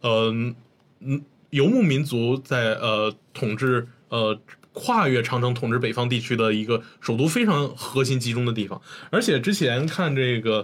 游牧民族在统治跨越长城统治北方地区的一个首都非常核心集中的地方。而且之前看这个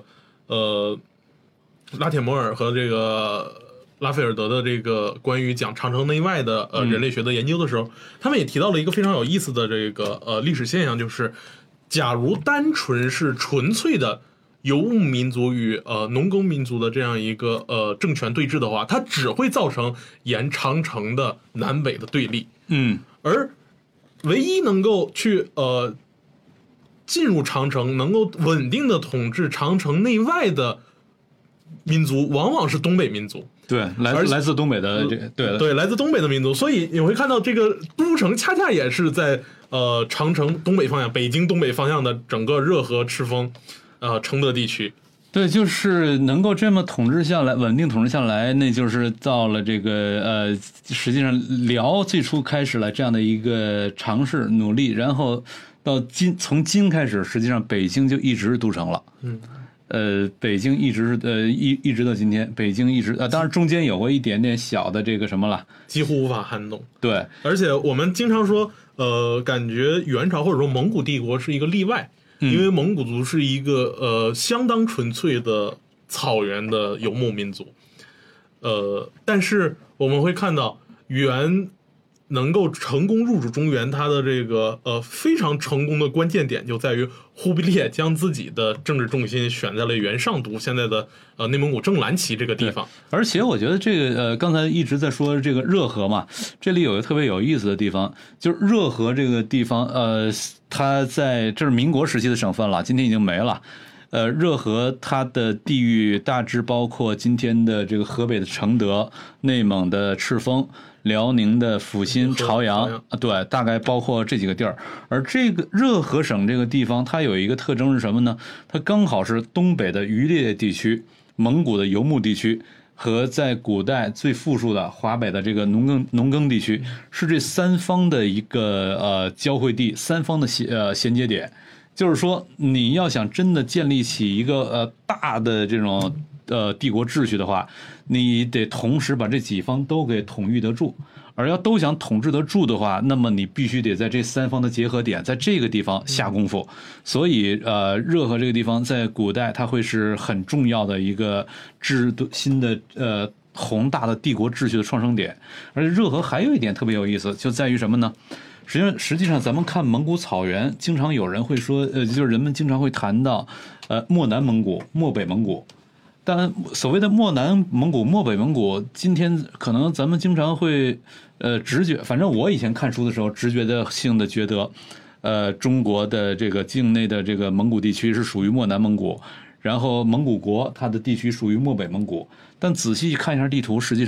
拉铁摩尔和这个拉斐尔德的这个关于讲长城内外的人类学的研究的时候，他们也提到了一个非常有意思的这个历史现象，就是假如单纯是纯粹的游牧民族与农耕民族的这样一个政权对峙的话，它只会造成沿长城的南北的对立。而唯一能够去进入长城，能够稳定的统治长城内外的民族，往往是东北民族。 对，来自东北的对，来自东北的民族。所以你会看到这个都城恰恰也是在长城东北方向，北京东北方向的整个热河、赤峰、承德地区。 对，就是能够这么统治下来，稳定统治下来，那就是到了这个实际上辽最初开始了这样的一个尝试努力，然后到从金开始，实际上北京就一直是都城了。北京一直一直到今天，北京一直当然中间有过一点点小的这个什么了， 几乎无法撼动。 对， 而且我们经常说，感觉元朝或者说蒙古帝国是一个例外。因为蒙古族是一个相当纯粹的草原的游牧民族，但是我们会看到元能够成功入主中原，它的这个非常成功的关键点就在于忽必烈将自己的政治重心选在了元上都，现在的内蒙古正蓝旗这个地方。 而且我觉得这个刚才一直在说这个热河嘛，这里有一个特别有意思的地方，就是热河这个地方，它这是民国时期的省份了，今天已经没了。热河它的地域大致包括今天的这个河北的承德、内蒙的赤峰、辽宁的阜新、朝阳，对，大概包括这几个地儿。而这个热河省这个地方，它有一个特征是什么呢？它刚好是东北的渔猎地区、蒙古的游牧地区和在古代最富庶的华北的这个农耕地区，是这三方的一个交汇地，三方的衔接点。就是说，你要想真的建立起一个大的这种帝国秩序的话，你得同时把这几方都给统御得住。而要都想统治得住的话，那么你必须得在这三方的结合点，在这个地方下功夫。所以热河这个地方在古代它会是很重要的一个新的宏大的帝国秩序的创生点。而且热河还有一点特别有意思，就在于什么呢？实际上咱们看蒙古草原，经常有人会说，就是人们经常会谈到漠南蒙古、漠北蒙古。但所谓的漠南蒙古、漠北蒙古，今天可能咱们经常会直觉，反正我以前看书的时候直觉性的觉得，中国的这个境内的这个蒙古地区是属于漠南蒙古，然后蒙古国它的地区属于漠北蒙古。但仔细看一下地图，实际上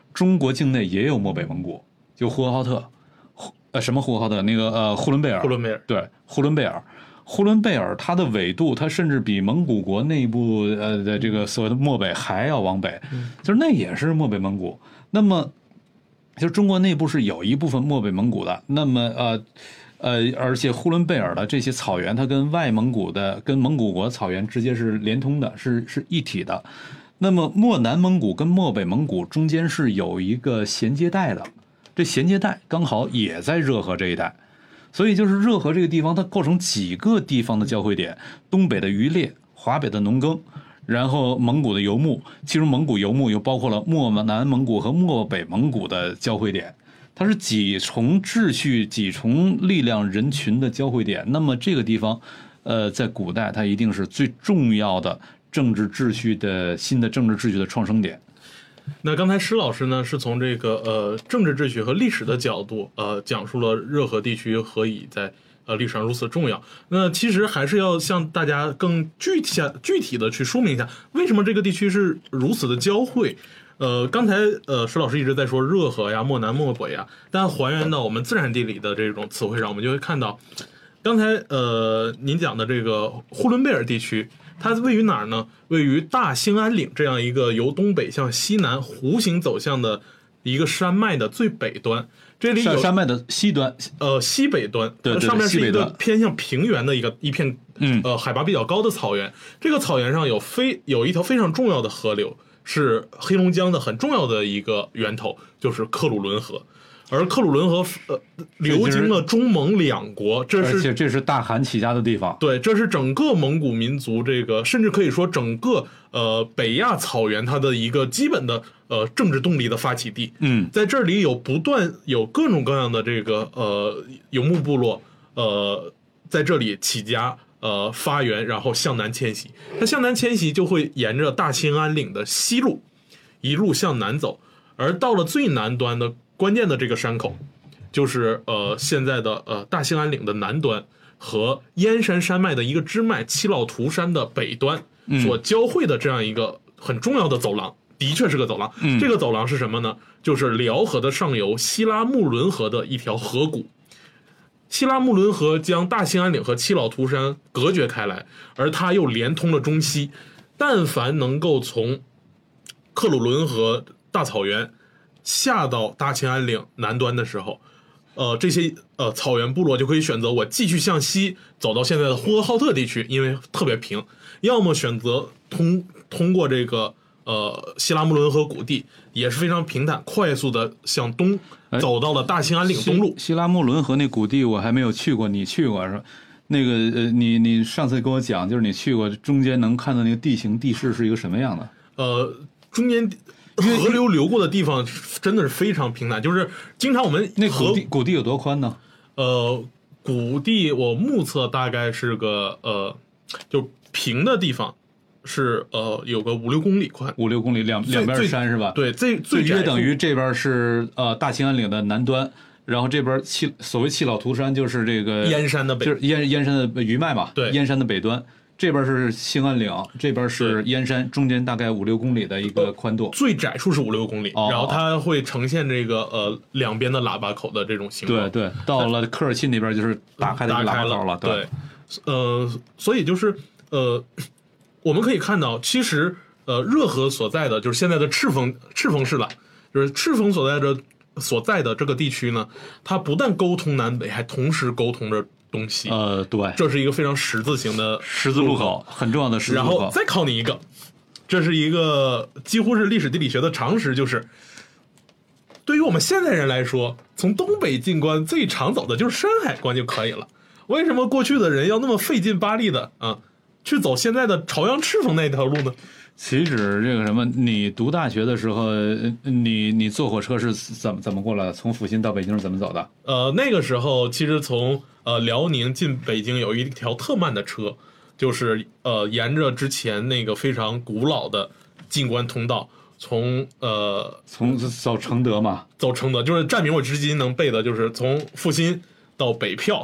中国境内也有漠北蒙古，就呼和浩特，什么呼和浩特？那个呼伦贝尔。对，呼伦贝尔。呼伦贝尔它的纬度，它甚至比蒙古国内部的这个所谓的漠北还要往北，就是那也是漠北蒙古。那么，就是中国内部是有一部分漠北蒙古的。那么而且呼伦贝尔的这些草原，它跟外蒙古的、跟蒙古国草原直接是连通的，是一体的。那么漠南蒙古跟漠北蒙古中间是有一个衔接带的，这衔接带刚好也在热河这一带。所以就是热河这个地方，它构成几个地方的交汇点：东北的渔猎，华北的农耕，然后蒙古的游牧。其中蒙古游牧又包括了漠南蒙古和漠北蒙古的交汇点，它是几重秩序、几重力量人群的交汇点。那么这个地方，在古代它一定是最重要的新的政治秩序的创生点。 那刚才施老师呢，是从这个政治秩序和历史的角度讲述了热河地区何以在历史上如此重要。那其实还是要向大家更具体的去说明一下，为什么这个地区是如此的交汇。刚才施老师一直在说热河呀、漠南漠北呀，但还原到我们自然地理的这种词汇上，我们就会看到，刚才您讲的这个呼伦贝尔地区。它位于哪儿呢？位于大兴安岭这样一个由东北向西南弧形走向的一个山脉的最北端。这里有山脉的西端， 西北端， 对， 上面是一个偏向平原的一片海拔比较高的草原。这个草原上有一条非常重要的河流，是黑龙江的很重要的一个源头，就是克鲁伦河。而克鲁伦河流经了中蒙两国， 而且这是大汗起家的地方。 对，这是整个蒙古民族甚至可以说整个北亚草原它的一个基本的政治动力的发起地。在这里有各种各样的这个游牧部落在这里起家发源，然后向南迁徙。它向南迁徙就会沿着大兴安岭的西路一路向南走，而到了最南端的关键的这个山口，就是现在的大兴安岭的南端和燕山山脉的一个支脉七老图山的北端所交汇的这样一个很重要的走廊，的确是个走廊。这个走廊是什么呢？就是辽河的上游西拉木伦河的一条河谷。西拉木伦河将大兴安岭和七老图山隔绝开来，而它又连通了中西。但凡能够从克鲁伦河大草原下到大兴安岭南端的时候，这些草原部落就可以选择我继续向西走到现在的呼和浩特地区，因为特别平，要么选择通过这个西拉木伦河谷地，也是非常平坦，快速的向东走到了大兴安岭东路。 西拉木伦河那谷地我还没有去过，你去过是吧？那个你上次跟我讲，就是你去过，中间能看到那个地形地势是一个什么样的？ 中间河流流过的地方真的是非常平坦，就是经常我们那谷地有多宽呢？ 谷地我目测大概是个就平的地方是有个5-6公里宽 ，5-6公里两边山是吧？ 对，最约等于这边是大兴安岭的南端，然后这边所谓七老图山就是这个燕山的北， 就是燕山的余脉嘛， 对， 燕山的北端。这边是兴安岭，这边是燕山，中间大概5-6公里的一个宽度， 最窄处是5-6公里，然后它会呈现这个两边的喇叭口的这种形状。 对，到了科尔沁那边就是打开的喇叭口了。 对，所以就是我们可以看到，其实热河所在的就是现在的赤峰市了，就是赤峰所在的这个地区呢，它不但沟通南北，还同时沟通着东西。 对， 这是一个非常十字形的十字路口，很重要的十字路口。 然后再考你一个，这是一个几乎是历史地理学的常识，就是对于我们现代人来说，从东北进关最常走的就是山海关就可以了。为什么过去的人要那么费劲巴力的去走现在的朝阳赤峰那条路呢？ 岂止这个什么，你读大学的时候，你坐火车是怎么过来的？从阜新到北京是怎么走的？ 那个时候其实从辽宁进北京有一条特慢的车，就是沿着之前那个非常古老的进关通道，从走承德嘛， 走承德，就是站名我至今能背的，就是从阜新到北票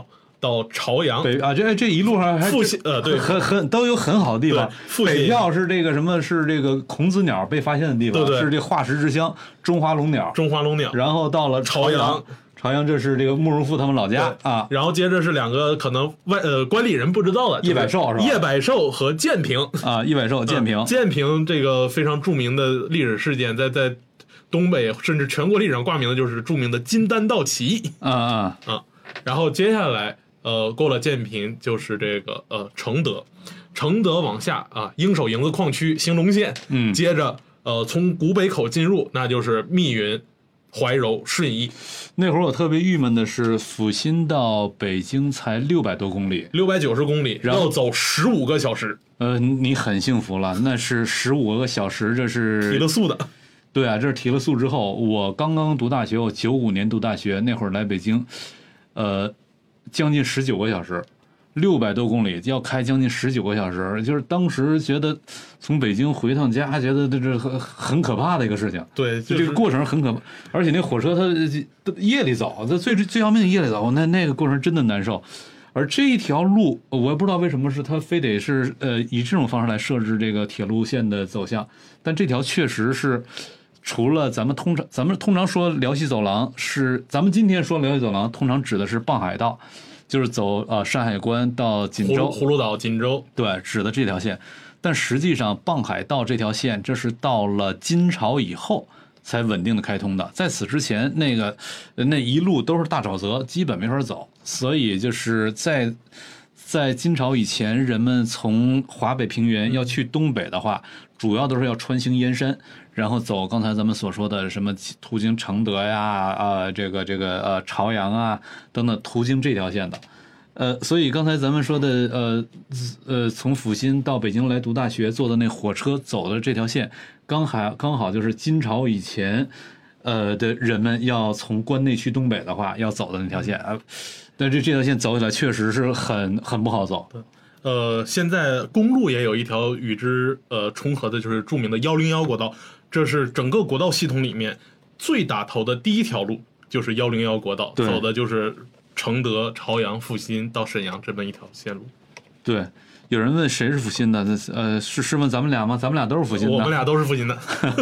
到朝阳这一路上还复兴对， 很都有很好的地方。北票是这个什么？是这个孔子鸟被发现的地方， 对， 是这化石之乡中华龙鸟。然后到了朝阳，这是这个慕容复他们老家啊。 然后接着是两个可能关里人不知道的， 叶百寿是吧？ 叶百寿和建平啊，叶百寿、建平， 建平这个非常著名的历史事件，在东北甚至全国历史上挂名的就是著名的金丹道起义然后接下来过了建平就是这个承德往下啊，鹰首营子矿区兴隆县，接着从古北口进入，那就是密云、怀柔、顺义。 那会儿我特别郁闷的是，阜新到北京才600多公里 ，690公里，然后走15个小时。 你很幸福了，那是15个小时，这是提了速的。 对啊，这是提了速之后，我刚刚读大学，我95年读大学，那会儿来北京，将近19个小时。600多公里要开将近19个小时，就是当时觉得从北京回趟家，觉得这是很可怕的一个事情。 对， 这个过程很可怕，而且那火车它夜里走，它最要命夜里走，那个过程真的难受。而这一条路，我也不知道为什么是它非得是以这种方式来设置这个铁路线的走向，但这条确实是。除了咱们通常说辽西走廊是，咱们今天说辽西走廊通常指的是傍海道，就是走山海关到锦州、 葫芦岛、锦州， 对，指的这条线。但实际上傍海道这条线，这是到了金朝以后才稳定的开通的，在此之前那一路都是大沼泽，基本没法走。所以就是在金朝以前，人们从华北平原要去东北的话，主要都是要穿行燕山，然后走刚才咱们所说的什么途经承德呀、朝阳啊等等，途经这条线的。所以刚才咱们说的从阜新到北京来读大学坐的那火车走的这条线，刚好就是金朝以前的人们要从关内去东北的话要走的那条线啊。但这条线走起来确实是很不好走。 现在公路也有一条与之重合的，就是著名的101国道，这是整个国道系统里面最打头的第一条路，就是101国道，走的就是承德、朝阳、阜新到沈阳这么一条线路。 对，有人问谁是阜新的？是问咱们俩吗？咱们俩都是阜新的。 我们俩都是阜新的。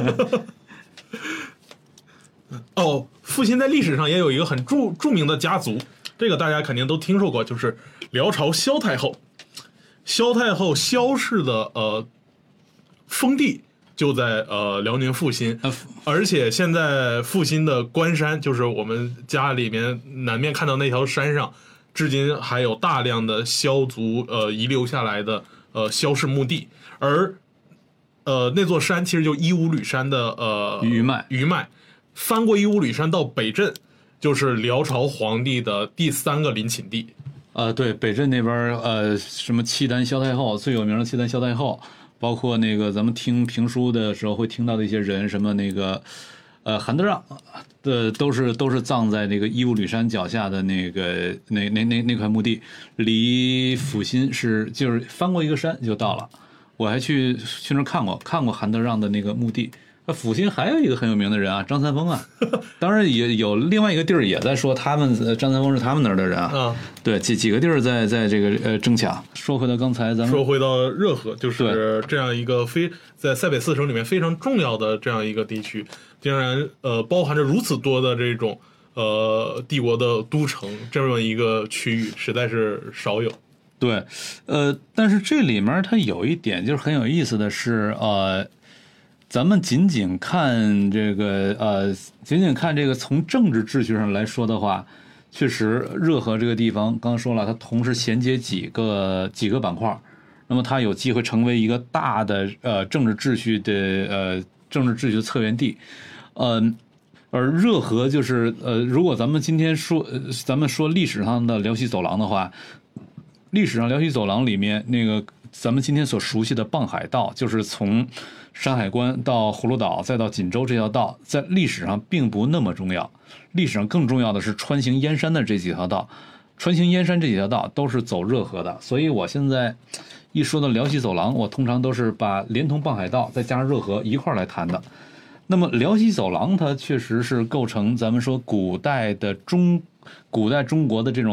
阜新在历史上也有一个很著名的家族。这个大家肯定都听说过，就是辽朝萧太后。萧太后萧氏的封地就在辽宁阜新，而且现在阜新的关山，就是我们家里面南面看到那条山上，至今还有大量的萧族遗留下来的萧氏墓地，而那座山其实就伊吾吕山的余脉， 翻过伊吾吕山到北镇。就是辽朝皇帝的第3个临寝地， 对，北镇那边什么契丹萧太后最有名的契丹萧太后，包括那个咱们听评书的时候会听到的一些人，什么那个韩德让都是葬在那个伊吾吕山脚下的那块墓地，离阜新就是翻过一个山就到了。我还去那儿看过韩德让的那个墓地。阜新还有一个很有名的人啊，张三丰啊，当然也有另外一个地儿也在说他们张三丰是他们那儿的人啊。对，几个地儿在这个争抢。说回到刚才咱们说回到热河，就是这样一个在塞北四省里面非常重要的这样一个地区，竟然包含着如此多的这种帝国的都城，这么一个区域实在是少有。 对，但是这里面它有一点就是很有意思的是咱们仅仅看这个从政治秩序上来说的话，确实热河这个地方刚刚说了，它同时衔接几个板块，那么它有机会成为一个大的政治秩序的策源地。而热河就是如果咱们今天说历史上的辽西走廊的话，历史上辽西走廊里面那个咱们今天所熟悉的傍海道，就是从山海关到葫芦岛再到锦州这条道，在历史上并不那么重要。历史上更重要的是穿行燕山的这几条道，穿行燕山这几条道都是走热河的。所以我现在一说到辽西走廊，我通常都是把连同傍海道再加上热河一块来谈的。那么辽西走廊它确实是构成咱们说古代中国的这种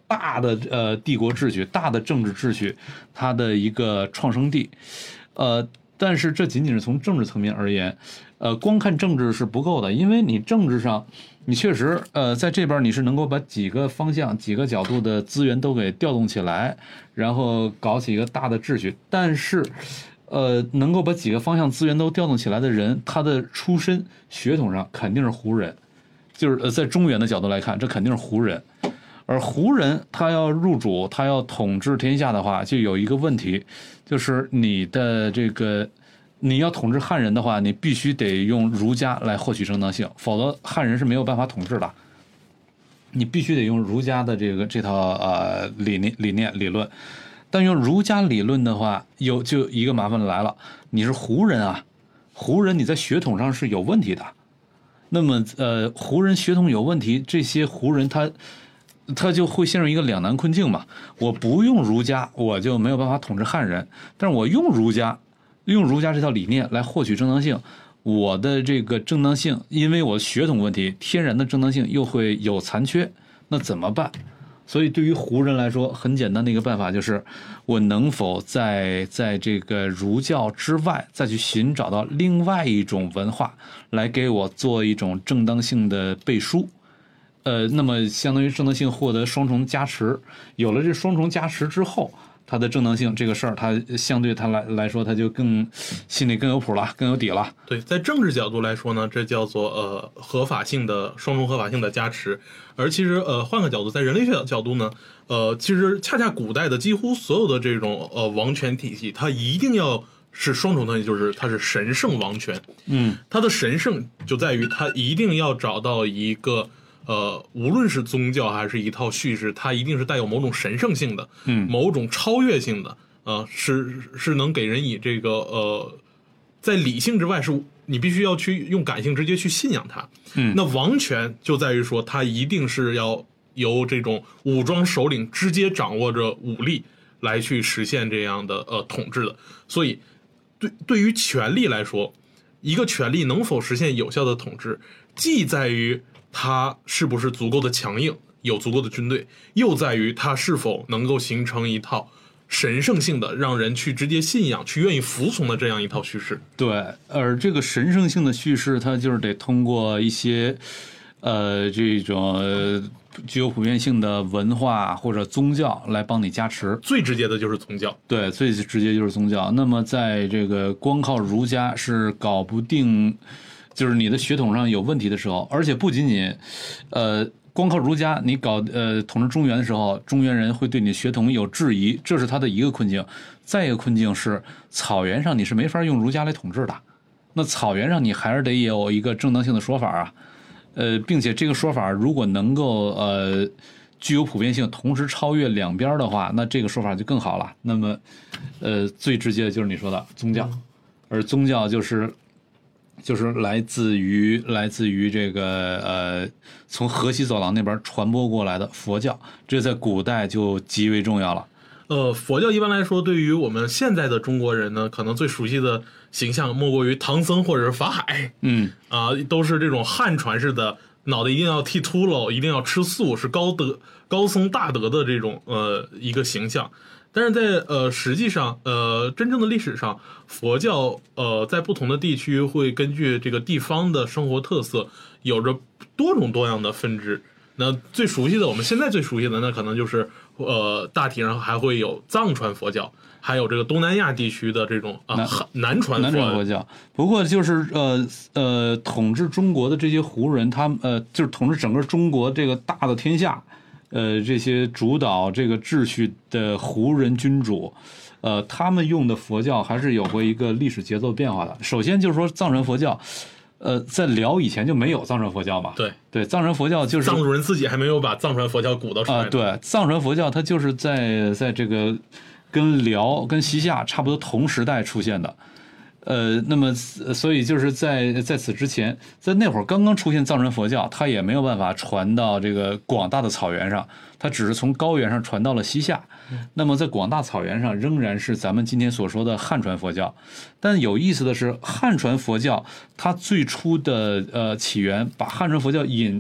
大的帝国秩序、大的政治秩序，它的一个创生地。但是这仅仅是从政治层面而言，光看政治是不够的，因为你政治上，你确实在这边你是能够把几个方向、几个角度的资源都给调动起来，然后搞起一个大的秩序。但是，能够把几个方向资源都调动起来的人，他的出身血统上肯定是胡人，就是在中原的角度来看，这肯定是胡人。而胡人他要入主，他要统治天下的话，就有一个问题，就是你的这个你要统治汉人的话，你必须得用儒家来获取正当性，否则汉人是没有办法统治的。你必须得用儒家的这套理论，但用儒家理论的话，就一个麻烦来了，你是胡人啊，胡人你在血统上是有问题的。那么胡人血统有问题，这些胡人他就会陷入一个两难困境嘛。我不用儒家，我就没有办法统治汉人；但是我用儒家这套理念来获取正当性，我的这个正当性，因为我血统问题，天然的正当性又会有残缺，那怎么办？所以对于胡人来说，很简单的一个办法就是，我能否在这个儒教之外，再去寻找到另外一种文化，来给我做一种正当性的背书。那么相当于正当性获得双重加持，有了这双重加持之后，它的正当性这个事儿，它相对它来说，它就更心里更有谱了，更有底了。 对，在政治角度来说呢，这叫做合法性的双重合法性的加持。而其实换个角度，在人类学角度呢，其实恰恰古代的几乎所有的这种王权体系，它一定要是双重的，就是它是神圣王权。它的神圣就在于它一定要找到一个。无论是宗教还是一套叙事，它一定是带有某种神圣性的，某种超越性的，是能给人以这个在理性之外，是你必须要去用感性直接去信仰它。那王权就在于说，它一定是要由这种武装首领直接掌握着武力来去实现这样的统治的。所以，对于权力来说，一个权力能否实现有效的统治，既在于它是不是足够的强硬，有足够的军队，又在于它是否能够形成一套神圣性的让人去直接信仰去愿意服从的这样一套叙事。 对，而这个神圣性的叙事它就是得通过一些这种具有普遍性的文化或者宗教来帮你加持。 最直接的就是宗教。 对，最直接就是宗教。那么在这个光靠儒家是搞不定，就是你的血统上有问题的时候，而且不仅仅光靠儒家你搞统治中原的时候，中原人会对你血统有质疑，这是他的一个困境。再一个困境是草原上你是没法用儒家来统治的，那草原上你还是得有一个正当性的说法啊，并且这个说法如果能够具有普遍性，同时超越两边的话，那这个说法就更好了。那么最直接的就是你说的宗教，而宗教就是来自于这个从河西走廊那边传播过来的佛教，这在古代就极为重要了。 佛教一般来说，对于我们现在的中国人呢，可能最熟悉的形象莫过于唐僧或者是法海。都是这种汉传式的，脑袋一定要剃秃噜，一定要吃素，是高僧大德的这种一个形象。但是在实际上真正的历史上，佛教在不同的地区会根据这个地方的生活特色，有着多种多样的分支。那最熟悉的，我们现在最熟悉的，那可能就是大体上还会有藏传佛教，还有这个东南亚地区的这种南传佛教。不过就是统治中国的这些胡人，他就是统治整个中国这个大的天下。这些主导这个秩序的胡人君主，他们用的佛教还是有过一个历史节奏变化的。首先就是说藏传佛教，在辽以前就没有藏传佛教嘛。对，藏传佛教就是藏族人自己还没有把藏传佛教鼓捣出来。 对，藏传佛教它就是在这个跟辽跟西夏差不多同时代出现的。那么所以就是在此之前，在那会儿刚刚出现藏传佛教，它也没有办法传到这个广大的草原上，它只是从高原上传到了西夏。那么在广大草原上仍然是咱们今天所说的汉传佛教。但有意思的是，汉传佛教它最初的起源，把汉传佛教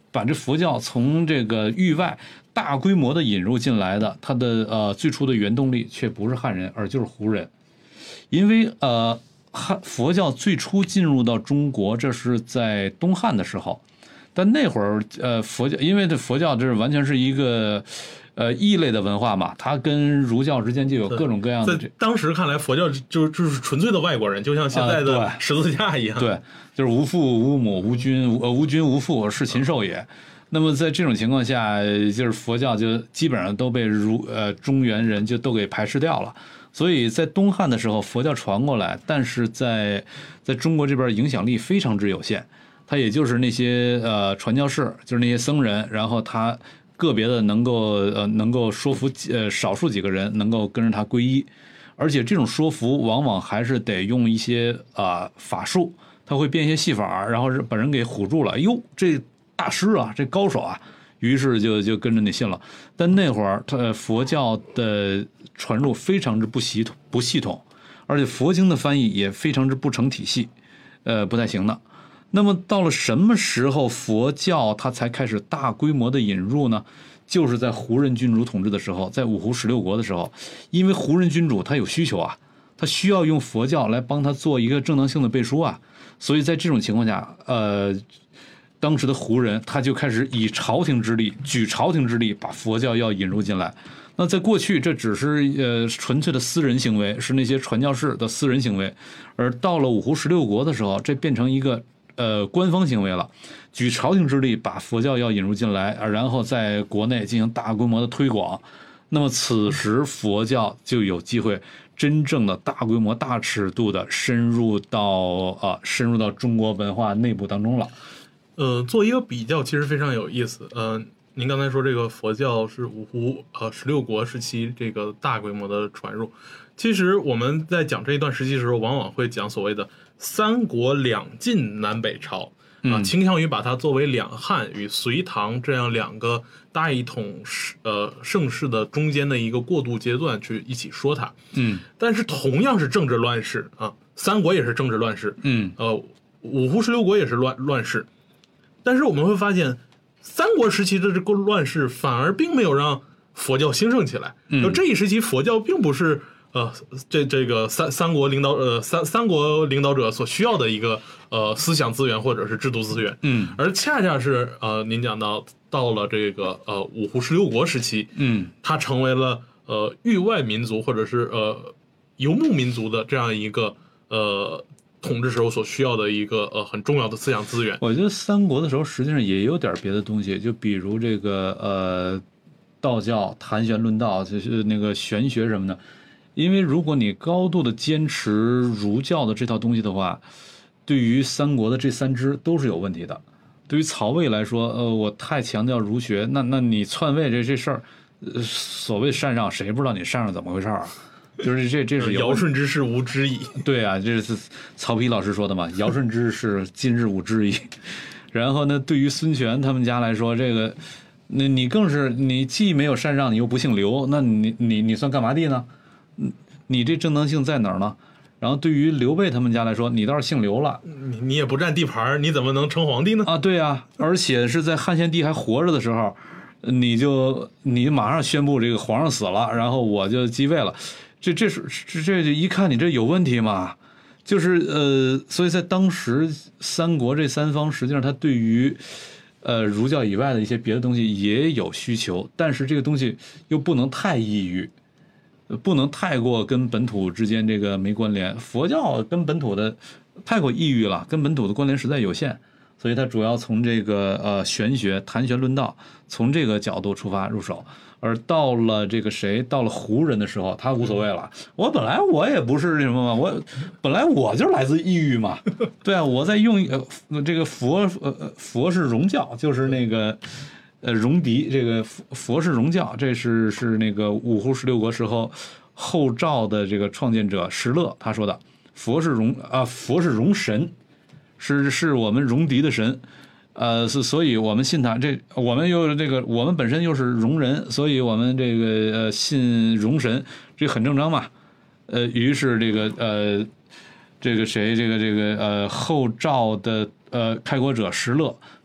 把这佛教从这个域外大规模的引入进来的，它的最初的原动力却不是汉人，而就是胡人。因为佛教最初进入到中国，这是在东汉的时候，但那会儿佛教，因为这佛教这完全是一个异类的文化嘛，它跟儒教之间就有各种各样的。 在当时看来，佛教就是纯粹的外国人，就像现在的十字架一样。 对，就是无父无母无君无父，是禽兽也。那么在这种情况下，就是佛教就基本上都被中原人就都给排斥掉了。所以在东汉的时候，佛教传过来，但是在中国这边影响力非常之有限。他也就是那些传教士，就是那些僧人，然后他个别的能够说服少数几个人能够跟着他皈依，而且这种说服往往还是得用一些法术，他会变一些戏法，然后把人给唬住了。哟，这大师啊，这高手啊，于是就跟着你信了。但那会儿佛教的传入非常之不系统，而且佛经的翻译也非常之不成体系，不太行的。那么到了什么时候佛教它才开始大规模的引入呢？就是在胡人君主统治的时候，在五胡16国的时候，因为胡人君主他有需求啊，他需要用佛教来帮他做一个正当性的背书啊，所以在这种情况下，当时的胡人他就开始以朝廷之力，举朝廷之力把佛教要引入进来。那在过去这只是纯粹的私人行为，是那些传教士的私人行为，而到了五胡16国的时候，这变成一个官方行为了，举朝廷之力把佛教要引入进来，然后在国内进行大规模的推广。那么此时佛教就有机会真正的大规模、大尺度的深入到中国文化内部当中了。 做一个比较其实非常有意思。您刚才说这个佛教是五胡16国时期这个大规模的传入，其实我们在讲这一段时期的时候，往往会讲所谓的三国两晋南北朝倾向于把它作为两汉与隋唐这样两个大一统盛世的中间的一个过渡阶段去一起说它。但是同样是政治乱世啊，三国也是政治乱世，五胡16国也是乱世，但是我们会发现三国时期的这个乱世反而并没有让佛教兴盛起来。就这一时期佛教并不是这个三国领导者所需要的一个思想资源或者是制度资源，而恰恰是您讲到了这个五胡16国时期，它成为了域外民族或者是游牧民族的这样一个统治时候所需要的一个很重要的思想资源。 我觉得三国的时候实际上也有点别的东西，就比如这个道教谈玄论道，就是那个玄学什么的。因为如果你高度的坚持儒教的这套东西的话，对于三国的这3支都是有问题的。对于曹魏来说，我太强调儒学，那你篡位这事儿，所谓禅让，谁不知道你禅让怎么回事啊？就是这是尧舜之事无知矣。 对啊，这是曹丕老师说的嘛，尧舜之事今日无知矣。然后呢，对于孙权他们家来说，这个你更是你既没有禅让，你又不姓刘，那你算干嘛的呢？你这正当性在哪儿呢？然后对于刘备他们家来说，你倒是姓刘了， 你也不占地盘，你怎么能称皇帝呢？ 啊，对啊，而且是在汉献帝还活着的时候，你马上宣布这个皇上死了，然后我就继位了，这一看你这有问题嘛，就是所以在当时三国这3方实际上他对于儒教以外的一些别的东西也有需求，但是这个东西又不能太异域。不能太过跟本土之间这个没关联，佛教跟本土的太过异域了，跟本土的关联实在有限，所以它主要从这个玄学谈玄论道，从这个角度出发入手。而到了到了胡人的时候，他无所谓了。我本来我也不是什么嘛，我本来我就来自异域嘛，对啊，我在用这个佛是儒教，就是那个。戎狄，这个佛是戎教，这是那个五胡16国时候后赵的这个创建者石勒他说的，佛是戎神，是我们戎狄的神，所以我们信他，我们又我们本身又是戎人，所以我们这个信戎神，这很正常嘛。于是后赵的开国者石勒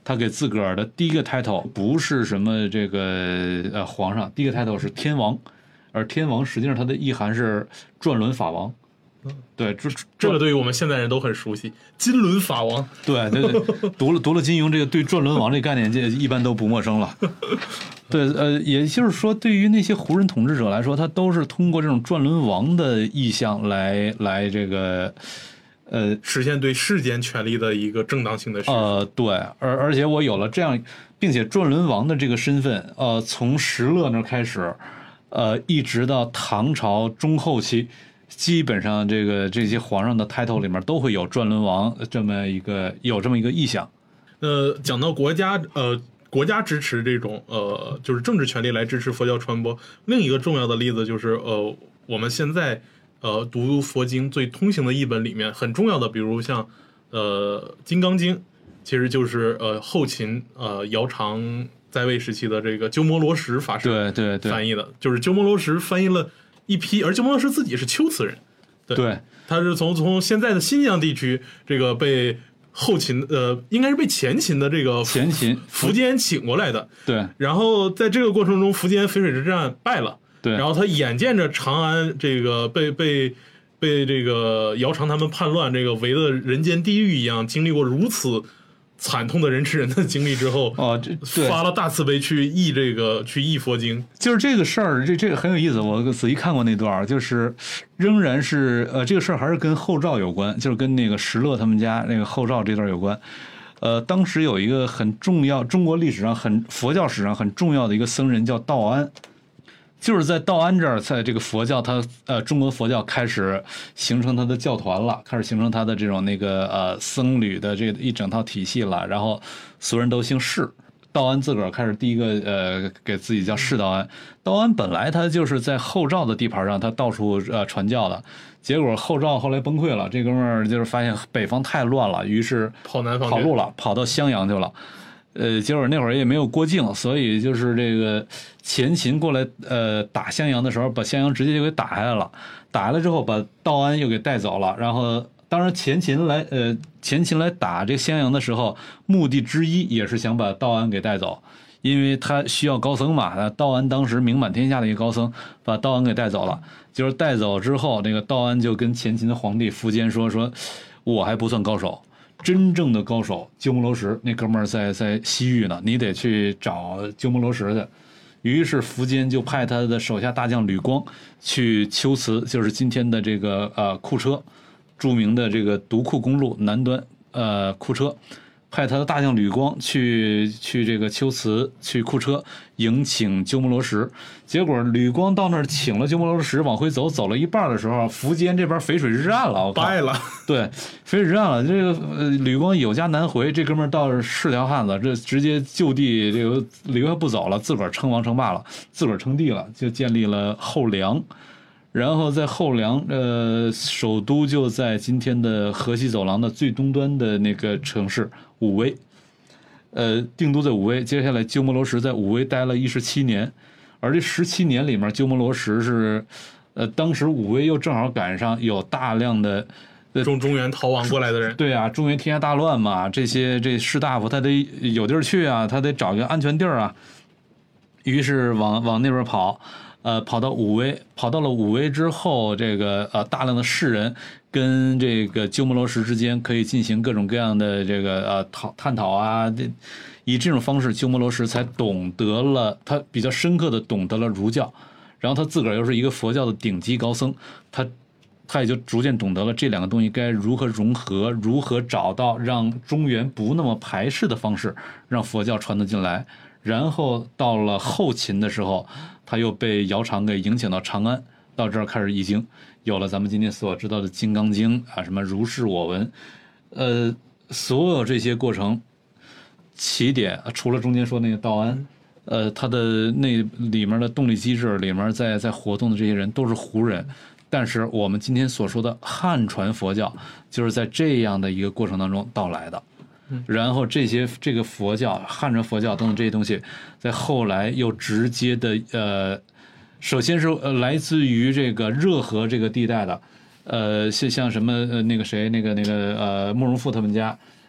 他给自个儿的第一个 title 不是什么这个皇上，第一个 title 是天王，而天王实际上它的意涵是转轮法王。对， 这个对于我们现代人都很熟悉，金轮法王。 对对对，读了金庸，这个对转轮王这个概念，这一般都不陌生了。对，也就是说，对于那些胡人统治者来说，他都是通过这种转轮王的意象来这个实现对世间权力的一个正当性的实施。 对，而且我有了这样，并且转轮王的这个身份，从石勒那开始，一直到唐朝中后期。基本上这些皇上的 title 里面都会有转轮王这么一个意象。 讲到国家支持这种就是政治权力来支持佛教传播，另一个重要的例子就是我们现在读佛经最通行的译本里面很重要的，比如像金刚经，其实就是后秦姚常在位时期的这个鸠摩罗什法师对翻译的，就是鸠摩罗什翻译了一批，而鸠摩罗什自己是龟兹人，对，他是从现在的新疆地区这个被后秦应该是被前秦的这个苻坚请过来的， 对， 然后在这个过程中，苻坚淝水之战败了， 对， 然后他眼见着长安这个被这个姚常他们叛乱，这个围的人间地狱一样，经历过如此惨痛的人吃人的经历之后，发了大慈悲去译佛经， 就是这个事儿，这个很有意思。我仔细看过那段，就是仍然是这个事儿还是跟后赵有关，就是跟那个石勒他们家那个后赵这段有关。当时有一个很重要，中国历史上佛教史上很重要的一个僧人叫道安。就是在道安这儿，在这个佛教，中国佛教开始形成它的教团了，开始形成它的这种僧侣的这一整套体系了。然后所有人都姓释，道安自个儿开始第一个给自己叫释道安。道安本来他就是在后赵的地盘上，他到处传教的。结果后赵后来崩溃了，这哥们儿就是发现北方太乱了，于是跑南方跑路了，跑到襄阳去了。结果那会儿也没有过境，所以就是这个前秦过来打襄阳的时候，把襄阳直接就给打下来了。打下来之后，把道安又给带走了。然后，当然前秦来打这襄阳的时候，目的之一也是想把道安给带走，因为他需要高僧嘛。道安当时名满天下的一个高僧，把道安给带走了。就是带走之后，那个道安就跟前秦的皇帝苻坚说，我还不算高手。真正的高手鸠摩罗什那哥们儿在西域呢，你得去找鸠摩罗什去。于是苻坚就派他的手下大将吕光去龟兹，就是今天的这个库车，著名的这个独库公路南端库车，派他的大将吕光去这个龟兹去库车迎请鸠摩罗什。结果吕光到那儿请了鸠摩罗什，往回走了一半的时候，苻坚这边淝水之战了， 败了。 对，淝水之战了。这个吕光有家难回，这哥们儿倒是条汉子，这直接就地这个留下不走了，自个儿称王称霸了，自个儿称帝了，就建立了后梁。然后在后梁，首都就在今天的河西走廊的最东端的那个城市武威。定都在武威。接下来鸠摩罗什在武威待了17年。而这17年里面，鸠摩罗什是，当时武威又正好赶上有大量的中原逃亡过来的人。 对啊，中原天下大乱嘛，这士大夫他得有地儿去啊，他得找一个安全地儿啊。于是往那边跑，跑到武威，跑到了武威之后，这个大量的士人跟这个鸠摩罗什之间可以进行各种各样的这个探讨啊。以这种方式，鸠摩罗什才懂得了，他比较深刻的懂得了儒教，然后他自个儿又是一个佛教的顶级高僧，他也就逐渐懂得了这两个东西该如何融合，如何找到让中原不那么排斥的方式，让佛教传得进来。然后到了后秦的时候，他又被姚常给迎请到长安，到这儿开始译经，有了咱们今天所知道的《金刚经》啊，什么如是我闻，所有这些过程。起点除了中间说那个道安，他的那里面的动力机制里面在活动的这些人都是胡人，但是我们今天所说的汉传佛教就是在这样的一个过程当中到来的。然后这个佛教、汉传佛教等等这些东西，在后来又直接的首先是来自于这个热河这个地带的，像什么那个谁那个慕容复他们家。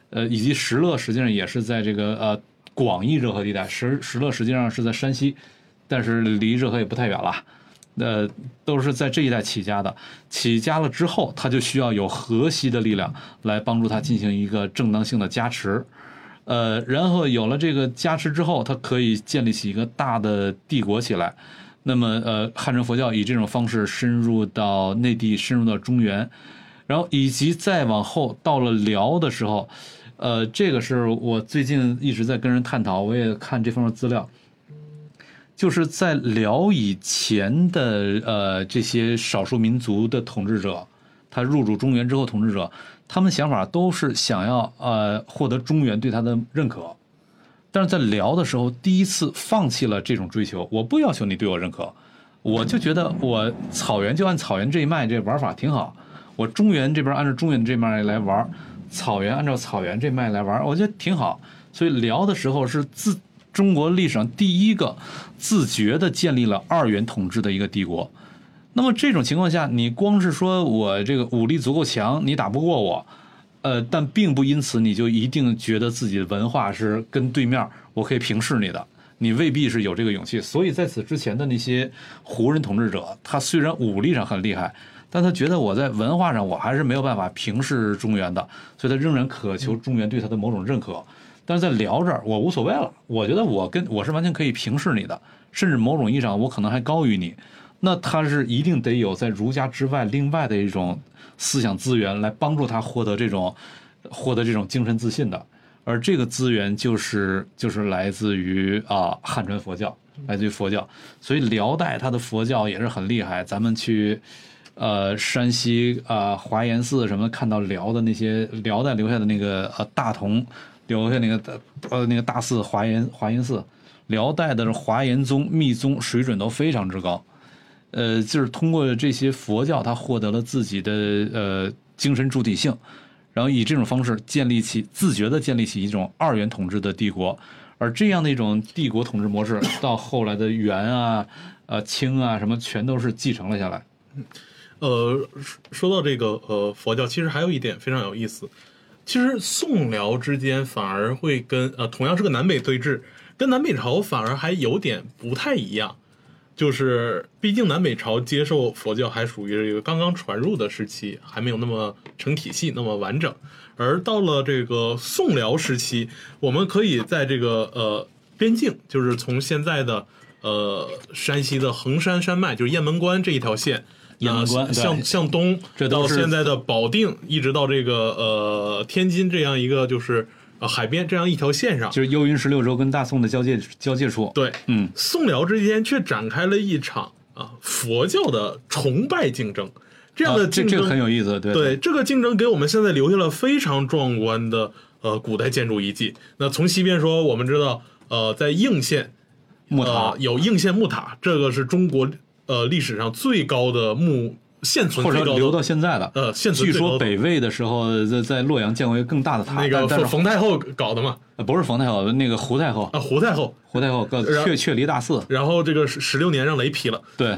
以及石勒实际上也是在这个广义热河地带，石勒实际上是在山西，但是离热河也不太远了。都是在这一带起家的，起家了之后，他就需要有河西的力量来帮助他进行一个正当性的加持，然后有了这个加持之后，他可以建立起一个大的帝国起来。那么汉传佛教以这种方式深入到内地，深入到中原，然后以及再往后到了辽的时候，这个是我最近一直在跟人探讨，我也看这方面资料。就是在辽以前的这些少数民族的统治者，他入主中原之后，统治者他们想法都是想要获得中原对他的认可，但是在辽的时候第一次放弃了这种追求，我不要求你对我认可，我就觉得我草原就按草原这一脉这玩法挺好，我中原这边按照中原这脉来玩，草原按照草原这脉来玩，我觉得挺好。所以辽的时候是中国历史上第一个自觉地建立了二元统治的一个帝国。那么这种情况下，你光是说我这个武力足够强，你打不过我，但并不因此你就一定觉得自己的文化是跟对面我可以平视你的，你未必是有这个勇气。所以在此之前的那些胡人统治者，他虽然武力上很厉害，但他觉得我在文化上我还是没有办法平视中原的，所以他仍然渴求中原对他的某种认可。但是在辽这儿我无所谓了，我觉得我是完全可以平视你的，甚至某种意义上我可能还高于你。那他是一定得有在儒家之外另外的一种思想资源来帮助他获得这种精神自信的，而这个资源就是来自于汉传佛教，来自于佛教。所以辽代他的佛教也是很厉害，咱们去山西华严寺什么看到辽的那些辽代留下的那个大同留下那个大寺华严寺，辽代的华严宗密宗水准都非常之高，就是通过这些佛教，他获得了自己的精神主体性，然后以这种方式自觉地建立起一种二元统治的帝国，而这样的一种帝国统治模式，到后来的元清什么全都是继承了下来。 说到这个佛教，其实还有一点非常有意思。其实宋辽之间反而会跟同样是个南北对峙，跟南北朝反而还有点不太一样，就是毕竟南北朝接受佛教还属于这个刚刚传入的时期，还没有那么成体系那么完整，而到了这个宋辽时期，我们可以在这个边境，就是从现在的山西的衡山山脉，就是雁门关这一条线。向东到现在的保定，一直到这个天津这样一个就是海边这样一条线上， 就是幽云16州跟大宋的交界处。 对，宋辽之间却展开了一场佛教的崇拜竞争，这样的竞争， 这个很有意思。 对，这个竞争给我们现在留下了非常壮观的古代建筑遗迹。那从西边说，我们知道在应县木塔有应县木塔，这个是中国历史上最高的现存最高的， 或者留到现在的现存最高的。据说北魏的时候在洛阳建过一个更大的塔， 那个冯太后搞的嘛？ 不是冯太后，那个胡太后胡太后确离大寺， 然后这个16年让雷劈了。 对，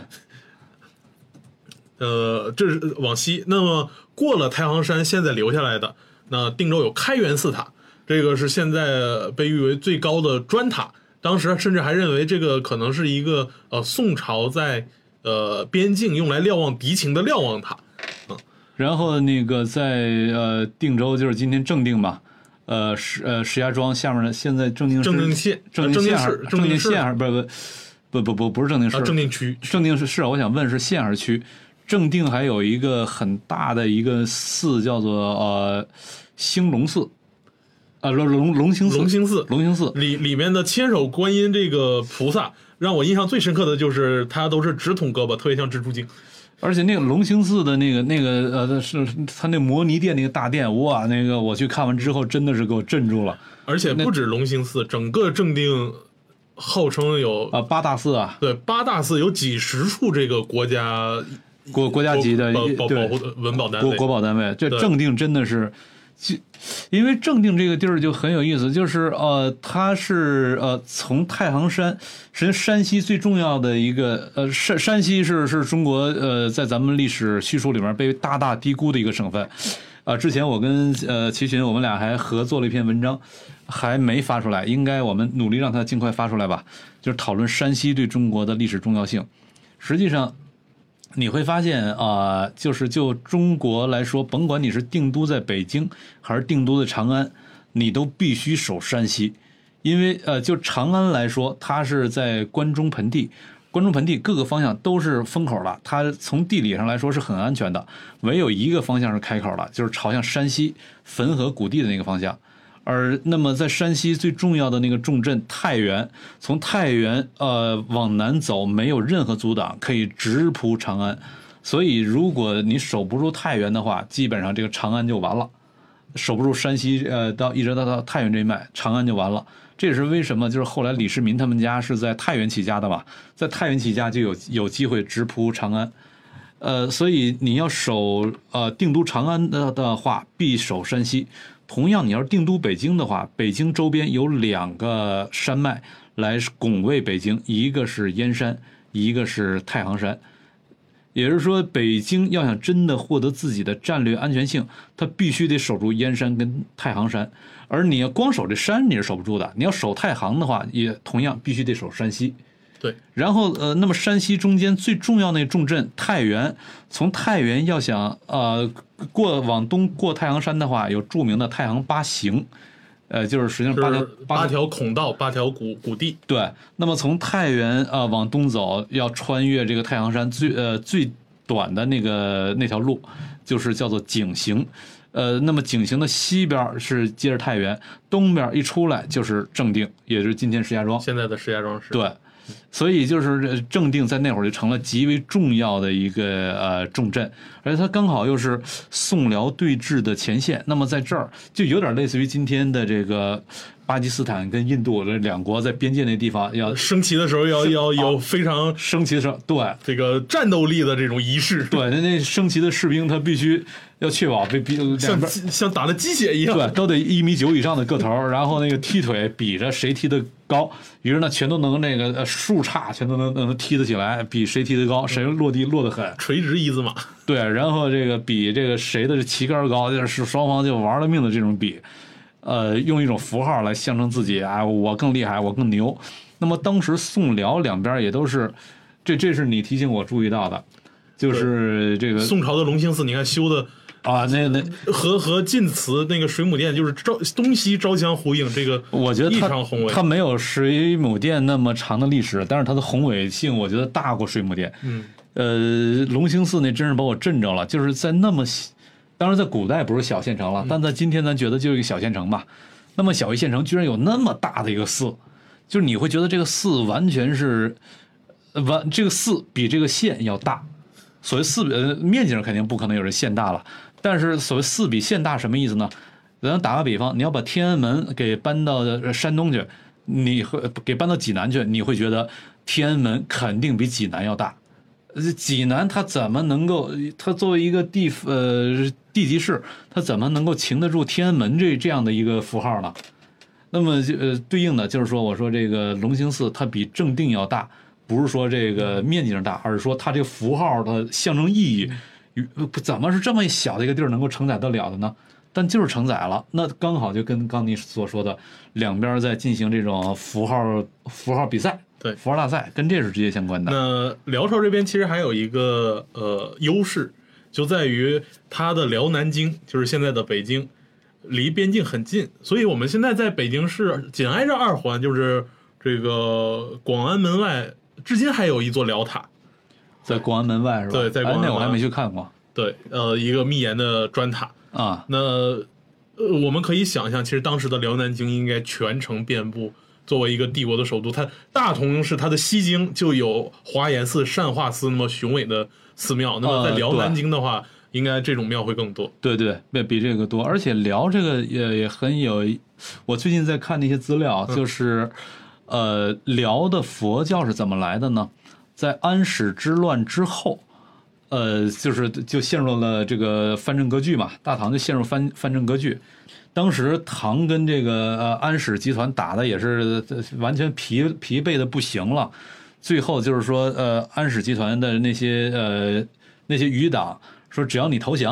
这是往西。那么过了太行山，现在留下来的那定州有开元寺塔，这个是现在被誉为最高的砖塔。当时甚至还认为这个可能是一个宋朝在边境用来瞭望敌情的瞭望塔。 然后那个在定州，就是今天正定嘛，石家庄下面的现在正定县还是不是正定市， 正定区， 正定市我想问是县还是区？正定还有一个很大的一个寺叫做兴隆寺。龙兴寺里面的千手观音这个菩萨，让我印象最深刻的就是他都是直筒胳膊，特别像蜘蛛精。 而且那个龙兴寺的那个是他那摩尼殿那个大殿，哇，那个我去看完之后真的是给我镇住了。 而且不止龙兴寺，整个正定号称有 8大寺啊， 对，8大寺有几十处这个国家级的保护文保单位， 国保单位，这正定真的是。因为正定这个地儿就很有意思，就是它是从太行山，实际上山西最重要的一个山西是中国在咱们历史叙述里面被大低估的一个省份。 之前我跟齐群我们俩还合作了一篇文章，还没发出来，应该我们努力让它尽快发出来吧。就是讨论山西对中国的历史重要性。实际上你会发现就中国来说，甭管你是定都在北京还是定都在长安，你都必须守山西。因为就长安来说，它是在关中盆地，关中盆地各个方向都是封口的，它从地理上来说是很安全的，唯有一个方向是开口的，就是朝向山西汾河谷地的那个方向。而那么在山西最重要的那个重镇太原，从太原往南走没有任何阻挡，可以直扑长安。所以如果你守不住太原的话，基本上这个长安就完了。守不住山西一直到太原这一脉，长安就完了。这也是为什么就是后来李世民他们家是在太原起家的嘛，在太原起家就有机会直扑长安。所以你要守定都长安的话，必守山西。同样，你要是定都北京的话，北京周边有2个山脉来拱卫北京，一个是燕山，一个是太行山。也就是说，北京要想真的获得自己的战略安全性，它必须得守住燕山跟太行山。而你要光守这山，你是守不住的。你要守太行的话，也同样必须得守山西。 对， 然后那么山西中间最重要那重镇太原，从太原要想往东过太行山的话，有著名的太行8行，就是实际上八条孔道，8条谷地。 对，那么从太原往东走，要穿越这个太行山最短的那条路，就是叫做井陉。那么井陉的西边是接着太原，东边一出来就是正定，也就是今天石家庄， 现在的石家庄市。 对。所以就是正定在那会儿就成了极为重要的一个重镇，而且它刚好又是宋辽对峙的前线。那么在这儿就有点类似于今天的这个巴基斯坦跟印度这2国在边界那地方要升旗的时候要有非常升旗的时候，对这个战斗力的这种仪式。 对，那升旗的士兵他必须要确保像打的鸡血一样， 对，都得1.9米以上的个头，然后那个踢腿比着谁踢得高，于是呢全都能那个树杈全都能踢得起来，比谁踢得高，谁落地落得狠， 垂直一字马。 对，然后这个比这个谁的旗杆高，就是双方就玩了命的这种比，用一种符号来象征自己啊，我更厉害，我更牛。那么当时宋辽两边也都是，这是你提醒我注意到的，就是这个宋朝的隆兴寺，你看修的。 那和晋祠那个水母殿就是东西朝相呼应，这个我觉得异常宏伟。 它没有水母殿那么长的历史，但是它的宏伟性我觉得大过水母殿。隆兴寺那真是把我震着了，就是在当然在古代不是小县城了，但在今天咱觉得就是一个小县城吧。那么小一县城居然有那么大的一个寺，就是你会觉得这个寺完全是这个寺比这个县要大。所谓寺面积上肯定不可能有人县大了。但是所谓寺比县大什么意思呢？咱打个比方，你要把天安门给搬到山东去，你会给搬到济南去，你会觉得天安门肯定比济南要大。济南它怎么能够，它作为一个地级市，它怎么能够擎得住天安门这样的一个符号呢？那么对应的就是说，我说这个隆兴寺它比正定要大，不是说这个面积上大，而是说它这个符号的象征意义。怎么是这么小的一个地儿能够承载得了的呢？但就是承载了，那刚好就跟刚你所说的两边在进行这种符号比赛， 对， 符号大赛，跟这是直接相关的。 那辽朝这边其实还有一个优势，就在于它的辽南京，就是现在的北京，离边境很近，所以我们现在在北京市紧挨着2环，就是这个广安门外，至今还有一座辽塔。 在广安门外是吧？ 对，在广安门外， 那我还没去看过。 对，一个密檐的砖塔啊。 那我们可以想象，其实当时的辽南京应该全城遍布。作为一个帝国的首都，它大同是它的西京就有华严寺、善化寺那么雄伟的寺庙。那么在辽南京的话，应该这种庙会更多。 对对，比这个多。而且辽这个也很有，我最近在看那些资料，就是辽的佛教是怎么来的呢？在安史之乱之后，就陷入了这个藩镇割据嘛，大唐就陷入藩镇割据。当时唐跟这个安史集团打的也是完全疲惫的不行了，最后就是说安史集团的那些余党说只要你投降，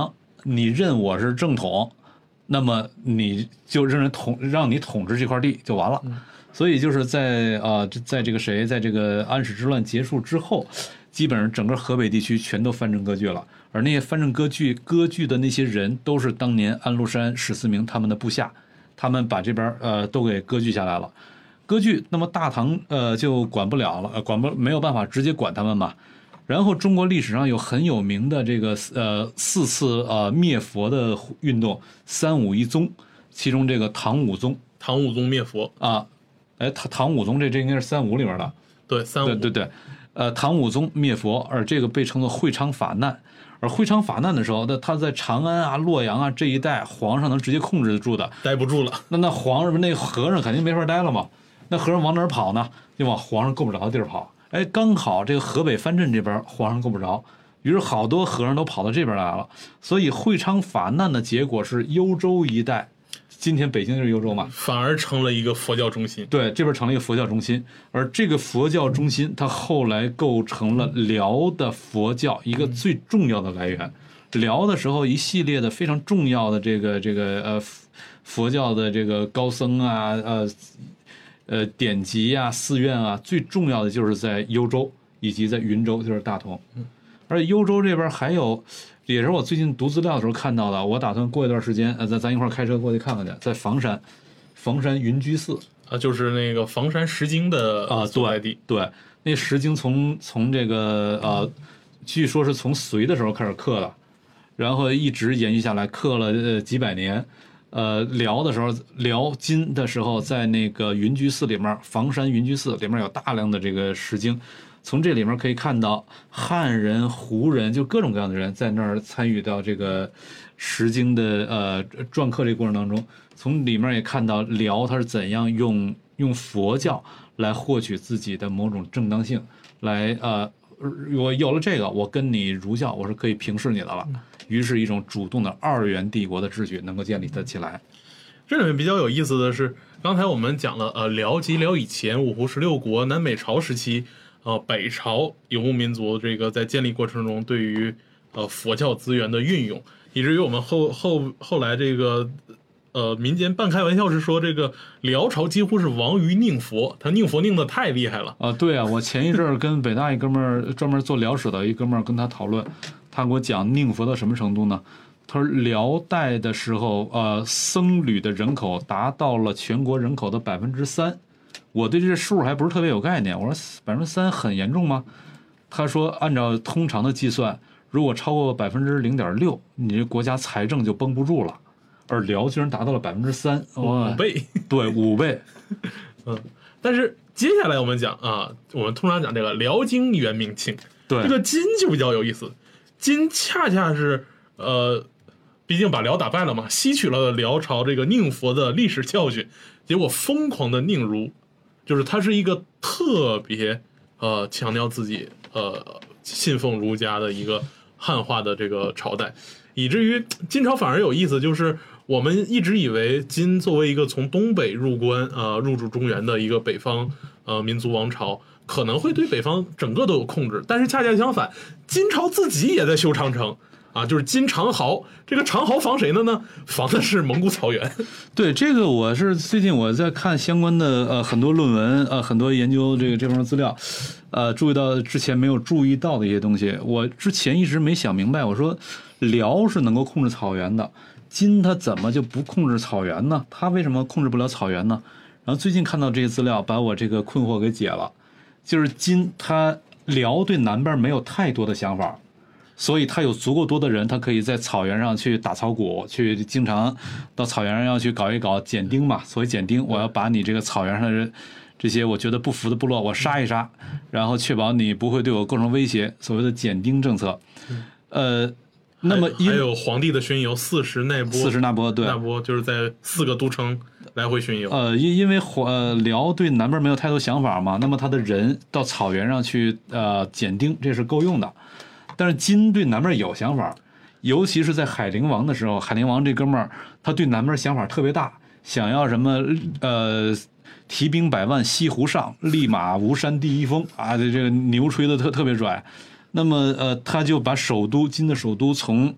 你认我是正统，那么你就让你统治这块地就完了。所以就是在这个安史之乱结束之后，基本上整个河北地区全都藩镇割据了，而那些藩镇割据的那些人都是当年安禄山、史思明他们的部下，他们把这边都给割据下来了。割据，那么大唐就管不了了，没有办法直接管他们嘛。然后中国历史上有很有名的这个4次灭佛的运动，3武一宗，其中这个唐武宗灭佛啊。唐武宗这应该是3武里面的， 对，3武， 对，唐武宗灭佛，而这个被称作会昌法难。而会昌法难的时候，他在长安啊、洛阳啊这一带，皇上能直接控制得住的， 待不住了。 那皇上那和尚肯定没法待了嘛。那和尚往哪儿跑呢？就往皇上够不着的地儿跑。刚好这个河北藩镇这边皇上够不着，于是好多和尚都跑到这边来了。所以会昌法难的结果是幽州一带。今天北京就是幽州嘛， 反而成了一个佛教中心。 对，这边成了一个佛教中心，而这个佛教中心，它后来构成了辽的佛教一个最重要的来源。辽的时候，一系列的非常重要的这个佛教的这个高僧啊，典籍啊、寺院啊，最重要的就是在幽州以及在云州，就是大同。而幽州这边还有，也是我最近读资料的时候看到的，我打算过一段时间，咱一块开车过去看看去，在房山云居寺啊，就是那个房山石经的所在地。 对，那石经从这个据说是从隋的时候开始刻的，然后一直延续下来，刻了几百年。辽金的时候，在那个云居寺里面，房山云居寺里面有大量的这个石经。从这里面可以看到汉人、胡人，就各种各样的人在那儿参与到这个石经的篆刻这个过程当中。从里面也看到辽他是怎样用佛教来获取自己的某种正当性，来我有了这个，我跟你儒教我是可以平视你的了。于是，一种主动的2元帝国的秩序能够建立得起来。 这里面比较有意思的是，刚才我们讲了辽及辽以前五胡16国南北朝时期。北朝游牧民族这个在建立过程中对于佛教资源的运用，以至于我们后来这个民间半开玩笑是说，这个辽朝几乎是亡于宁佛，他宁佛宁的太厉害了啊！对啊，我前一阵儿跟北大一哥们儿专门做辽史的一哥们儿跟他讨论，他给我讲宁佛到什么程度呢？他说辽代的时候，僧侣的人口达到了全国人口的3%。我对这数还不是特别有概念，我说3%很严重吗？他说按照通常的计算，如果超过0.6%，你这国家财政就绷不住了。而辽居然达到了3%， 5倍， 对，5倍。 但是接下来我们讲我们通常讲这个辽金元明清， 对， 这个金就比较有意思，金恰恰是毕竟把辽打败了嘛，吸取了辽朝这个宁佛的历史教训，结果疯狂的宁儒。就是他是一个特别强调自己信奉儒家的一个汉化的这个朝代，以至于金朝反而有意思，就是我们一直以为金作为一个从东北入关入主中原的一个北方民族王朝，可能会对北方整个都有控制，但是恰恰相反，金朝自己也在修长城。就是金长壕，这个长壕防谁的呢？防的是蒙古草原。 对，这个我是最近我在看相关的很多论文很多研究这方面资料，注意到之前没有注意到的一些东西。我之前一直没想明白，我说辽是能够控制草原的，金他怎么就不控制草原呢？他为什么控制不了草原呢？然后最近看到这些资料，把我这个困惑给解了，就是金他辽对南边没有太多的想法。所以他有足够多的人，他可以在草原上去打草谷，去经常到草原上要去搞一搞减丁嘛。所谓减丁，我要把你这个草原上的这些我觉得不服的部落，我杀一杀，然后确保你不会对我构成威胁。所谓的减丁政策，那么还有皇帝的巡游40那波， 对， 那波就是在4个都城来回巡游。 因为辽对南边没有太多想法嘛，那么他的人到草原上去减丁，这是够用的。但是金对南边有想法，尤其是在海陵王的时候，海陵王这哥们儿他对南边想法特别大，想要什么提兵100万西湖上，立马吴山第一峰啊，这个牛吹的特别拽。那么他就把金的首都从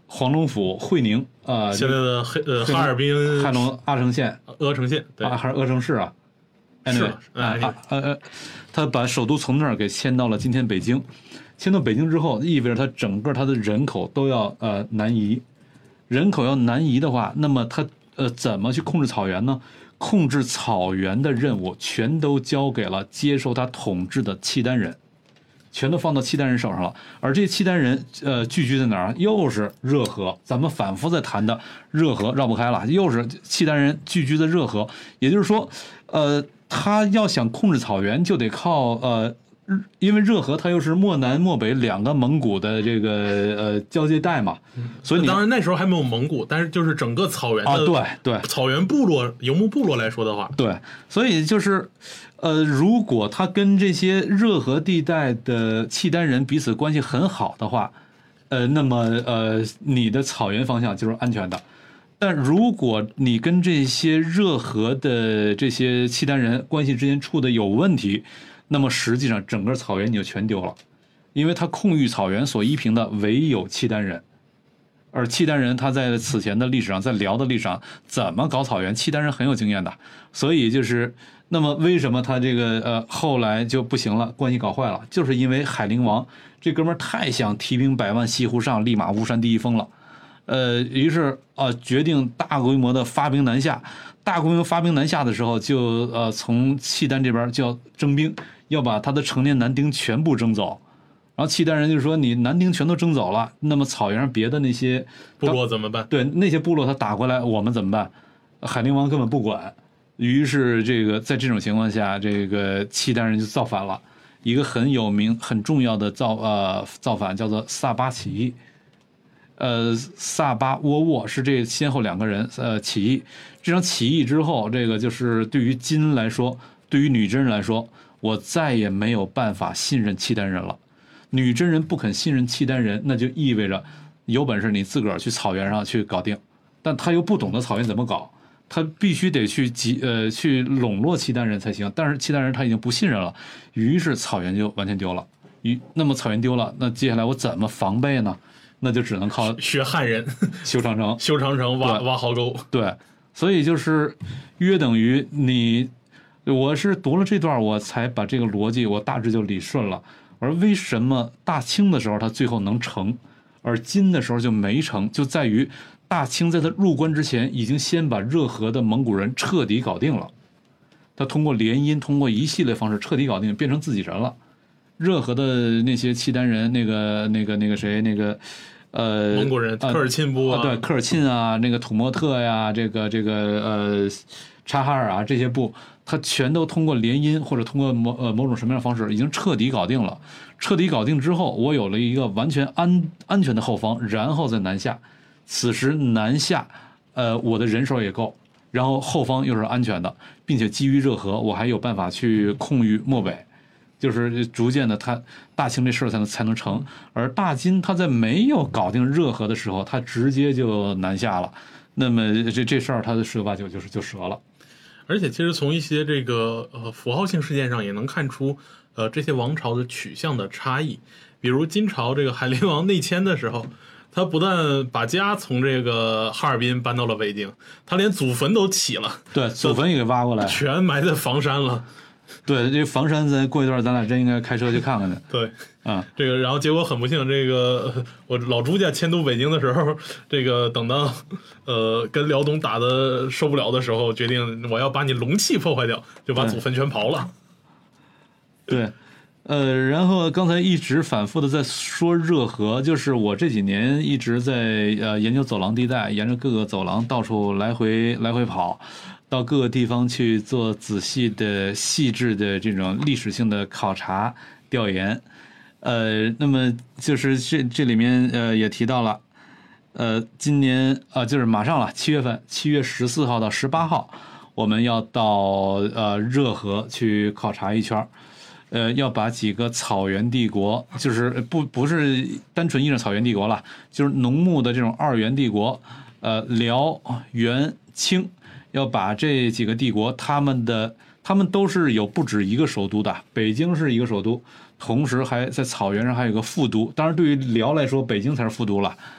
黄龙府、会宁现在的哈尔滨、 汉龙阿城县、 阿城县，对， 还是阿城市啊？ 是他把首都从那儿给迁到了今天北京。迁到北京之后，意味着他整个他的人口都要南移。人口要南移的话，那么他怎么去控制草原呢？控制草原的任务全都交给了接受他统治的契丹人，全都放到契丹人手上了。而这些契丹人聚居在哪儿？又是热河，咱们反复在谈的热河绕不开了，又是契丹人聚居在热河。也就是说，他要想控制草原，就得靠因为热河它又是漠南漠北两个蒙古的这个交界带嘛，所以当然那时候还没有蒙古，但是就是整个草原的对草原部落游牧部落来说的话， 对，所以就是如果他跟这些热河地带的契丹人彼此关系很好的话，那么你的草原方向就是安全的。但如果你跟这些热河的这些契丹人关系之间处的有问题，那么实际上整个草原你就全丢了，因为他控域草原所依凭的唯有契丹人，而契丹人他在此前的历史上，在辽的历史上怎么搞草原，契丹人很有经验的。所以就是那么为什么他这个后来就不行了，关系搞坏了，就是因为海陵王这哥们儿太想提兵百万西湖上，立马巫山第一峰了。于是决定大规模的发兵南下。大规模发兵南下的时候，就从契丹这边就要征兵，要把他的成年男丁全部征走。然后契丹人就说：“你男丁全都征走了，那么草原上别的那些部落怎么办？” 对，那些部落他打过来，我们怎么办？海陵王根本不管。于是这个在这种情况下，这个契丹人就造反了。一个很有名、很重要的造反叫做萨巴起义。萨巴窝沃是这先后两个人起义。这场起义之后，这个就是对于金来说，对于女真人来说，我再也没有办法信任契丹人了。女真人不肯信任契丹人，那就意味着有本事你自个儿去草原上去搞定，但他又不懂得草原怎么搞，他必须得去笼络契丹人才行。但是契丹人他已经不信任了，于是草原就完全丢了。那么草原丢了，那接下来我怎么防备呢？那就只能靠学汉人修长城， 挖壕沟。 对，所以就是约等于我是读了这段，我才把这个逻辑我大致就理顺了。而为什么大清的时候他最后能成，而金的时候就没成，就在于大清在他入关之前，已经先把热河的蒙古人彻底搞定了。他通过联姻，通过一系列方式彻底搞定，变成自己人了。热河的那些契丹人，那个谁， 蒙古人，科尔沁部啊， 对，科尔沁啊，那个土默特呀，这个察哈尔啊，这些部，他全都通过联姻或者通过某种什么样的方式，已经彻底搞定了。彻底搞定之后，我有了一个完全安全的后方，然后再南下。此时南下，我的人手也够，然后后方又是安全的，并且基于热河，我还有办法去控域漠北。就是逐渐的，他大清这事儿才能成。而大金他在没有搞定热河的时候，他直接就南下了。那么这事儿他的十有八九就折了。 而且其实从一些这个符号性事件上也能看出这些王朝的取向的差异。比如金朝这个海陵王内迁的时候，他不但把家从这个哈尔滨搬到了北京，他连祖坟都起了， 对，祖坟也给挖过来， 全埋在房山了。 对，这房山咱过一段咱俩真应该开车去看看去。 对， 这个然后结果很不幸，这个我老朱家迁都北京的时候，这个等到跟辽东打的受不了的时候，决定我要把你龙气破坏掉，就把祖坟全刨了。 对，然后刚才一直反复的在说热河，就是我这几年一直在研究走廊地带，沿着各个走廊到处来回跑。到各个地方去做仔细的、细致的这种历史性的考察调研，那么就是这里面也提到了，今年就是马上了，7月份，7月14号到18号，我们要到热河去考察一圈，要把几个草原帝国，就是不是单纯意义上草原帝国了，就是农牧的这种二元帝国，辽、元、清。要把这几个帝国，他们都是有不止一个首都的，北京是一个首都，同时还在草原上还有个副都。当然，对于辽来说，北京才是副都了。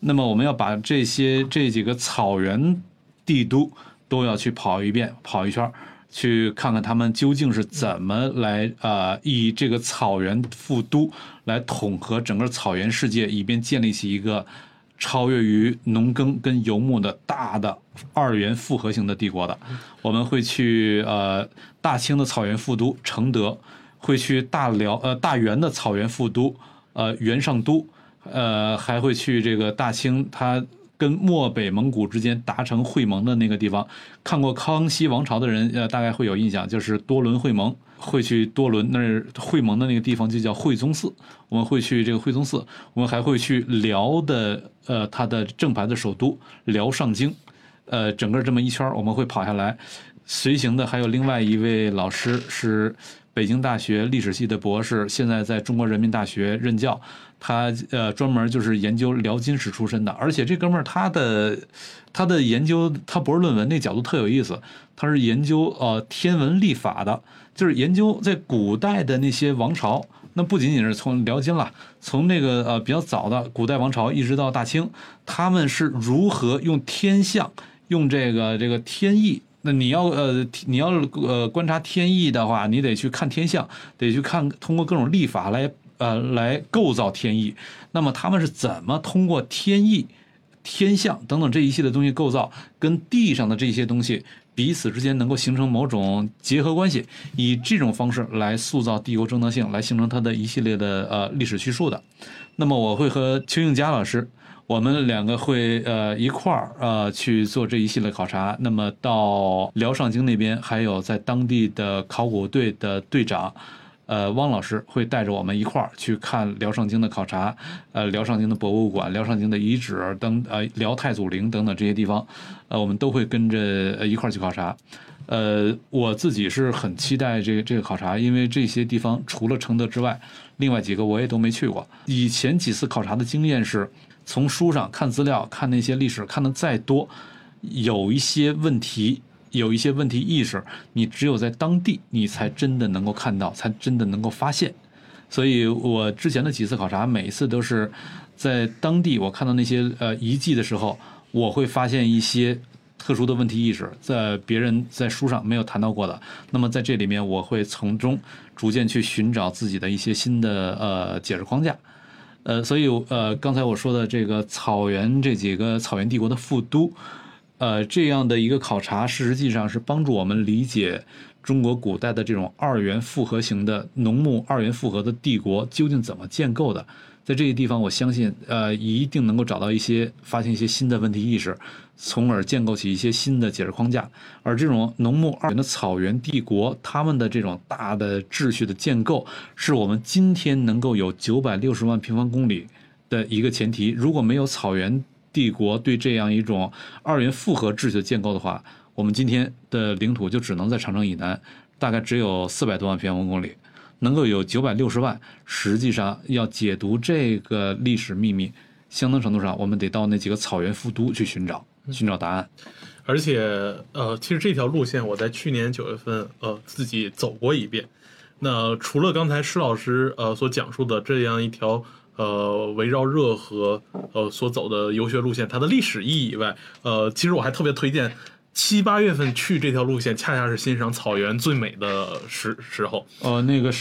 那么我们要把这几个草原帝都都要去跑一圈，去看看他们究竟是怎么来以这个草原副都来统合整个草原世界，以便建立起一个超越于农耕跟游牧的大的二元复合型的帝国的。我们会去大清的草原副都承德，会去大元的草原副都元上都，还会去这个大清它跟漠北蒙古之间达成会盟的那个地方。看过康熙王朝的人大概会有印象，就是多伦会盟，会去多伦，那儿会盟的那个地方就叫惠宗寺，我们会去这个惠宗寺。我们还会去辽的它的正牌的首都辽上京，整个这么一圈我们会跑下来。随行的还有另外一位老师，是北京大学历史系的博士，现在在中国人民大学任教。他专门就是研究辽金史出身的，而且这哥们儿他的研究，他博士论文那角度特有意思，他是研究天文历法的，就是研究在古代的那些王朝，那不仅仅是从辽金了，从那个比较早的古代王朝一直到大清，他们是如何用天象，用这个天意。那你要观察天意的话，你得去看天象，得去看通过各种历法来构造天意。那么他们是怎么通过天意、天象等等这一系列东西构造，跟地上的这些东西彼此之间能够形成某种结合关系，以这种方式来塑造帝国正当性，来形成它的一系列的历史叙述的。那么我会和邱应嘉老师，我们两个会一块儿去做这一系列考察。那么到辽上京那边，还有在当地的考古队的队长汪老师会带着我们一块儿去看辽上京的考察，辽上京的博物馆、辽上京的遗址等辽太祖陵等等这些地方，我们都会跟着一块儿去考察。我自己是很期待这个考察，因为这些地方除了承德之外，另外几个我也都没去过。以前几次考察的经验是，从书上看资料，看那些历史看的再多，有一些问题意识，你只有在当地你才真的能够看到，才真的能够发现。所以我之前的几次考察，每一次都是在当地我看到那些遗迹的时候，我会发现一些特殊的问题意识，在别人在书上没有谈到过的。那么在这里面我会从中逐渐去寻找自己的一些新的解释框架。所以刚才我说的这个这几个草原帝国的副都，这样的一个考察，实际上是帮助我们理解中国古代的这种二元复合型的农牧二元复合的帝国究竟怎么建构的。在这个地方，我相信一定能够发现一些新的问题意识，从而建构起一些新的解释框架。而这种农牧二元的草原帝国，他们的这种大的秩序的建构，是我们今天能够有960万平方公里的一个前提。如果没有草原帝国对这样一种二元复合秩序的建构的话，我们今天的领土就只能在长城以南，大概只有400多万平方公里。能够有960万，实际上要解读这个历史秘密，相当程度上我们得到那几个草原副都去寻找答案。 而且其实这条路线我在去年9月份自己走过一遍。那除了刚才施老师所讲述的这样一条围绕热河所走的游学路线，它的历史意义以外，其实我还特别推荐7、8月份去这条路线，恰恰是欣赏草原最美的时候。 那个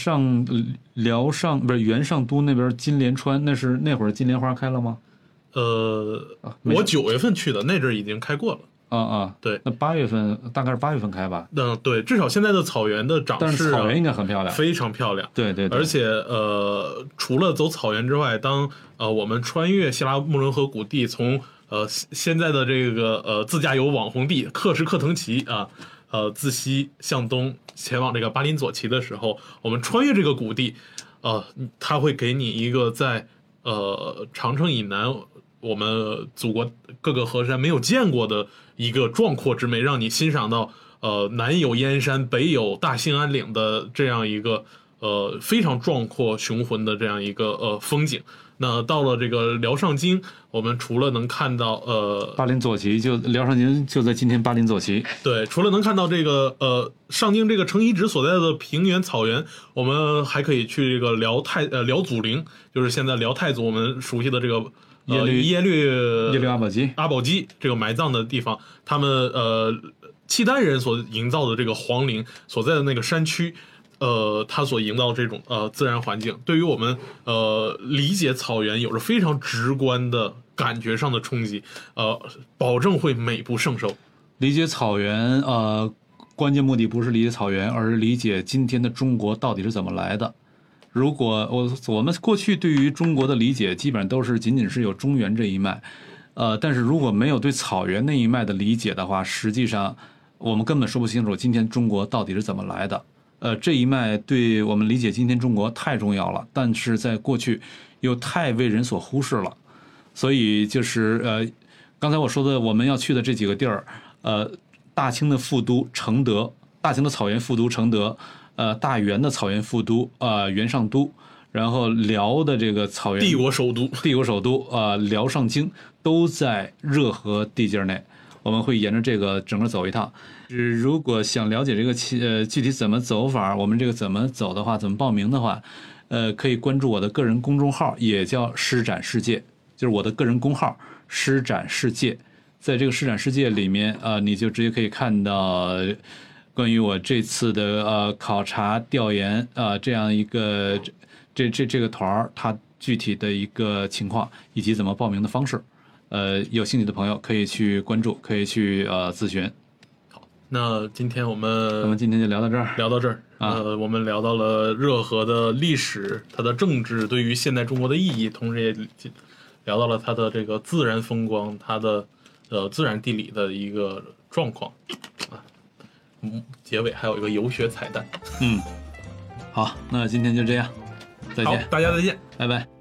元上都那边金莲川，那会儿金莲花开了吗？ 我9月份去的，那阵已经开过了。对， 那8月份大概是8月份开吧。 对，至少现在的草原的长势， 但是草原应该很漂亮， 非常漂亮。 对， 而且除了走草原之外，当我们穿越希拉穆伦河谷地，从现在的这个自驾游网红地克什克腾旗自西向东前往这个巴林左旗的时候，我们穿越这个谷地，它会给你一个在长城以南我们祖国各个河山没有见过的一个壮阔之美，让你欣赏到南有燕山北有大兴安岭的这样一个非常壮阔雄浑的这样一个风景。那到了这个辽上京，我们除了能看到巴林左旗，就辽上京就在今天巴林左旗。 对，除了能看到这个上京这个城遗址所在的平原草原，我们还可以去这个辽祖陵，就是现在辽太祖我们熟悉的这个耶律阿保机这个埋葬的地方，他们契丹人所营造的这个皇陵所在的那个山区，它所营造的这种自然环境，对于我们理解草原有着非常直观的感觉上的冲击，保证会美不胜收。 理解草原，关键目的不是理解草原，而是理解今天的中国到底是怎么来的。如果我们过去对于中国的理解，基本上都是仅仅是有中原这一脉，但是如果没有对草原那一脉的理解的话，实际上我们根本说不清楚今天中国到底是怎么来的。这一脉对我们理解今天中国太重要了，但是在过去又太为人所忽视了。所以就是刚才我说的我们要去的这几个地儿，大清的副都承德，大清的草原副都承德，大元的草原副都元上都，然后辽的这个草原帝国首都辽上京都在热河地界内。我们会沿着这个整个走一趟。如果想了解这个具体怎么走法，我们这个怎么走的话，怎么报名的话，可以关注我的个人公众号，也叫施展世界，就是我的个人公号施展世界。在这个施展世界里面，你就直接可以看到关于我这次的考察调研这样一个这个团它具体的一个情况以及怎么报名的方式。有兴趣的朋友可以去关注，可以去咨询。 好，那今天我们今天就聊到这儿我们聊到了热河的历史，它的政治对于现代中国的意义，同时也聊到了它的这个自然风光，它的自然地理的一个状况结尾还有一个游学彩蛋。 好，那今天就这样，再见， 大家再见， 拜拜。